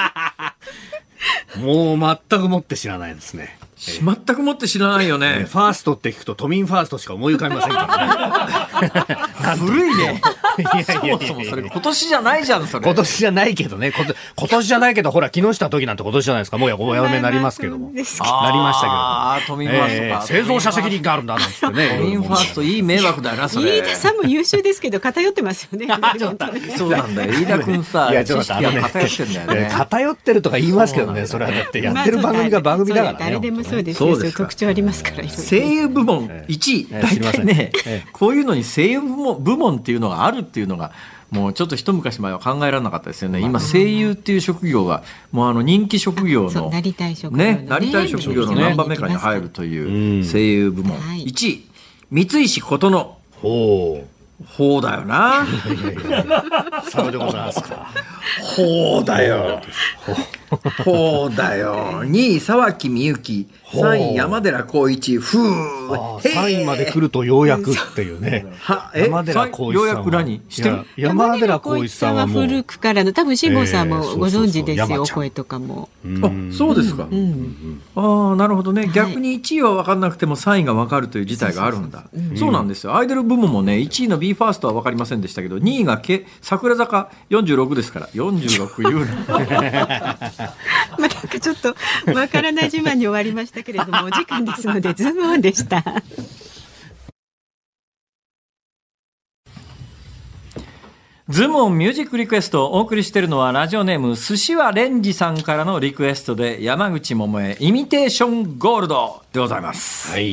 もう全くもって知らないですね。 全くもって知らないよね。 えー、ファーストって聞くと都民ファーストしか思い浮かびませんからね。古いね。いやいやいやいや、そもそもそれ今年じゃないじゃんそれ。 今年じゃないけどね。今年じゃないけど、ほら木下時なんて今年じゃないですか。もうやおやめになりますけども。なりましたけど。ああ、都民ファーストか。 えー、製造者責任があるんだなんてね。 都民ファーストいい迷惑だよなそれ。 飯田さんも優秀ですけど偏ってますよね。 そうなんだよ。飯田君さ、知識が偏ってんだよね。 偏ってるとか言いますけどね。それはだってやってる番組が番組だからね。 誰でもそうですよ。特徴ありますから。 声優部門いちい、大体ね、こういうのに声優部門っていうのがあるっていうのがもうちょっと一昔前は考えられなかったですよね。今声優っていう職業がもうあの人気職業のなりたい職業ね、 なりたい職業の何番目かに入るという声優部門いちい、三石琴乃。ほうほうだよな。 そうでございますか。 ほうだよ。 そうだよ。にい沢木みゆき、さんい山寺宏一、ふう。 さんいまで来るとようやくっていうね。 はえ山寺宏一さんは。 ようやく何してる？ 山寺宏一さんはもう古くからの、多分辛坊さんもご存知ですよ、 えーそうそうそう山ちゃん声とかも。 あ、そうですか。 うんああ、なるほどね。逆にいちいは分かんなくてもさんいが分かるという事態があるんだ。そうなんですよ。アイドル部門もね、いちいの ビーファーストは分かりませんでしたけど、にいがけ桜坂よんじゅうろくですから、よんじゅうろく言うな。 まあ、なんかちょっとわからない自慢に終わりましたけれども、お時間ですのでズームオンでした。 ズームオンミュージックリクエストをお送りしているのはラジオネーム寿司はレンジさんからのリクエストで山口百恵イミテーションゴールドでございます。 はい。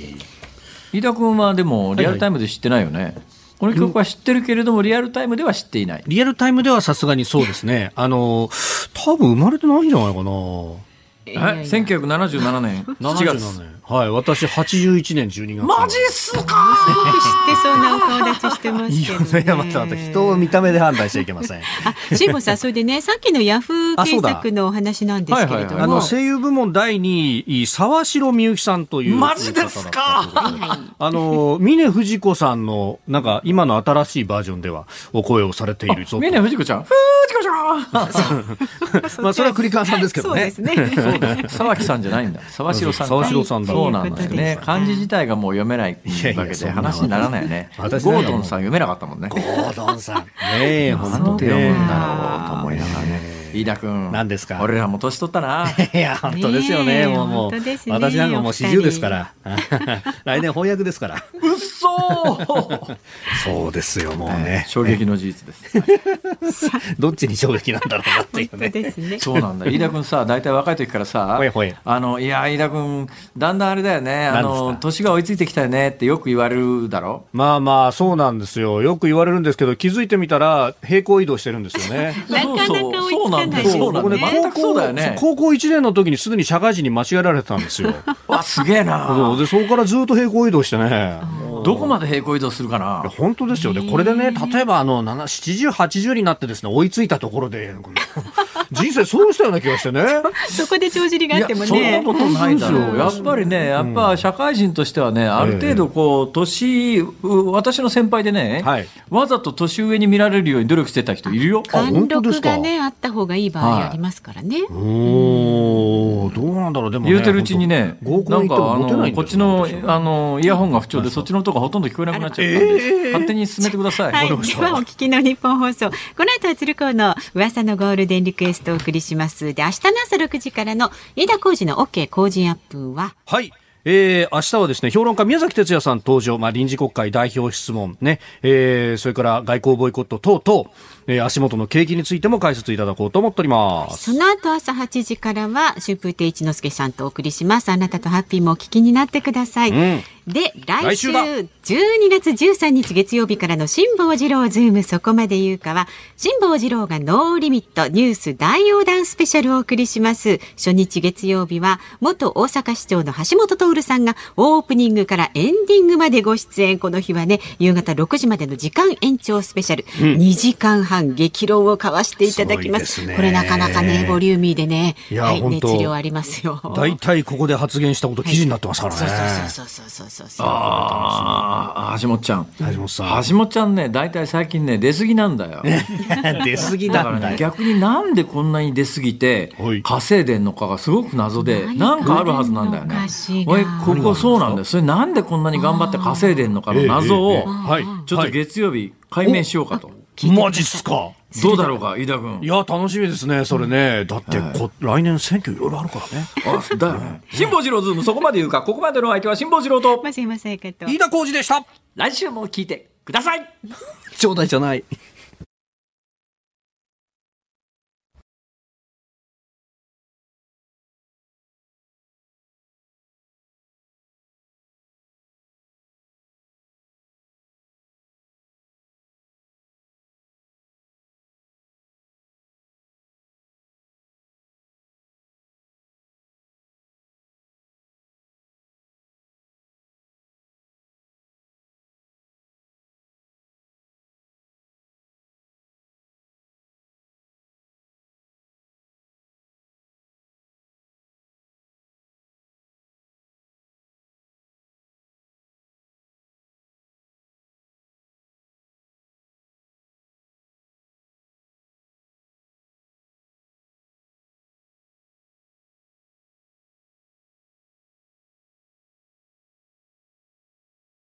飯田君はでもリアルタイムで知ってないよね。はいはい、この曲は知ってるけれどもリアルタイムでは知っていない。 リアルタイムではさすがにそうですね。あの多分生まれてないんじゃないかな。 えせんきゅうひゃくななじゅうななねんしちがつ。 はい、私はちじゅういちねんじゅうにがつ。 マジっすか。 よく知ってそうなお顔立ちしてますけどね。 いや、またまた人を見た目で判断しちゃいけません。 あ、辛坊さん、それでね、さっきのヤフー検索のお話なんですけれども、 あの声優部門だいにい沢城みゆきさんというマジですか。 あの峰不二子さんのなんか今の新しいバージョンではお声をされている。 峰不二子ちゃん。ふーちこちゃん。 まあそれは栗川さんですけどね。 そうですね。 沢木さんじゃないんだ。沢城さん。 沢城さんだ。 そうなんですね。漢字自体がもう読めないわけで話にならないよね。ゴードンさん読めなかったもんね。 ゴードンさん。ねえ、 本当に読むんだろうと思いながらね。飯田君。 何ですか。 俺らも年取ったな。 いや本当ですよね。もうもう私なんかもう四十ですから。来年翻訳ですから。 うっそー。そうですよもうね。 衝撃の事実です。 どっちに衝撃なんだろうなっていうね。 そうなんだ。飯田君さ、大体若い時からさ、あのいや飯田君だんだんあれだよね。あの年が追いついてきたよねってよく言われるだろ。 まあまあそうなんですよ。よく言われるんですけど気づいてみたら平行移動してるんですよね。 そうそうそうなんだ。そうなんだ。全くそうだよね。 高校いちねんの時にすでに社会人に間違えられてたんですよ。 わすげえな。 でそこからずっと平行移動してね。 どこまで平行移動するかな。 本当ですよね。これでね例えばあのななじゅうはちじゅうになってですね追いついたところで人生そうしたような気がしてね。 そこで帳尻があってもね。 そんなことないだろう。やっぱりねやっぱ社会人としてはねある程度こう年私の先輩でね、はい、わざと年上に見られるように努力してた人いるよ。 貫禄がねあった方がいい場合ありますからね。はい、 おどうなんだろう。でも、ね、 言うてるうちにねなんかあのこっちのあのイヤホンが不調でそっちの音がほとんど聞こえなくなっちゃったんで、えー、勝手に進めてください。 はい、ではお聞きの日本放送この後は鶴光の噂のゴールデンリクエストをお送りします。で明日の朝ろくじからの飯田浩司の OK 工事アップははいえー、明日はですね評論家宮崎哲也さん登場、まあ、臨時国会代表質問ね、えー、それから外交ボイコット等々、えー、足元の景気についても解説いただこうと思っております。 その後朝はちじからは春風亭一之輔さんとお送りします。あなたとハッピーもお聞きになってください、うん、で来週じゅうにがつじゅうさんにち月曜日からの辛坊治郎ズームそこまで言うかは辛坊治郎がノーリミットニュース大横断スペシャルをお送りします。初日月曜日は元大阪市長の橋本徹さんがオープニングからエンディングまでご出演。この日はね夕方ろくじまでの時間延長スペシャル、うん、にじかんはん激論を交わしていただきます。すこれなかなかねボリューミーでね、はい、熱量ありますよ。 だいたいここで発言したこと記事になってますからね、 はい、そうそうそうそうそうああ橋本ちゃん橋本さん橋本ちゃんねだいたい最近ね出過ぎなんだよ出過ぎなんだよ。 だからね逆になんでこんなに出過ぎて稼いでんのかがすごく謎でなんかあるはずなんだよね。おいここそうなんだよ。それなんでこんなに頑張って稼いでんのかの謎をちょっと月曜日解明しようかと。 マジっすか。 どうだろうか飯田君。 いや楽しみですねそれね。だってこ、はい、来年選挙いろいろあるからね。 あだよね。辛坊治郎ズームそこまで言うか。ここまでの相手は辛坊治郎と飯田浩司でした。 来週も聞いてください。 ちょうだいじゃない。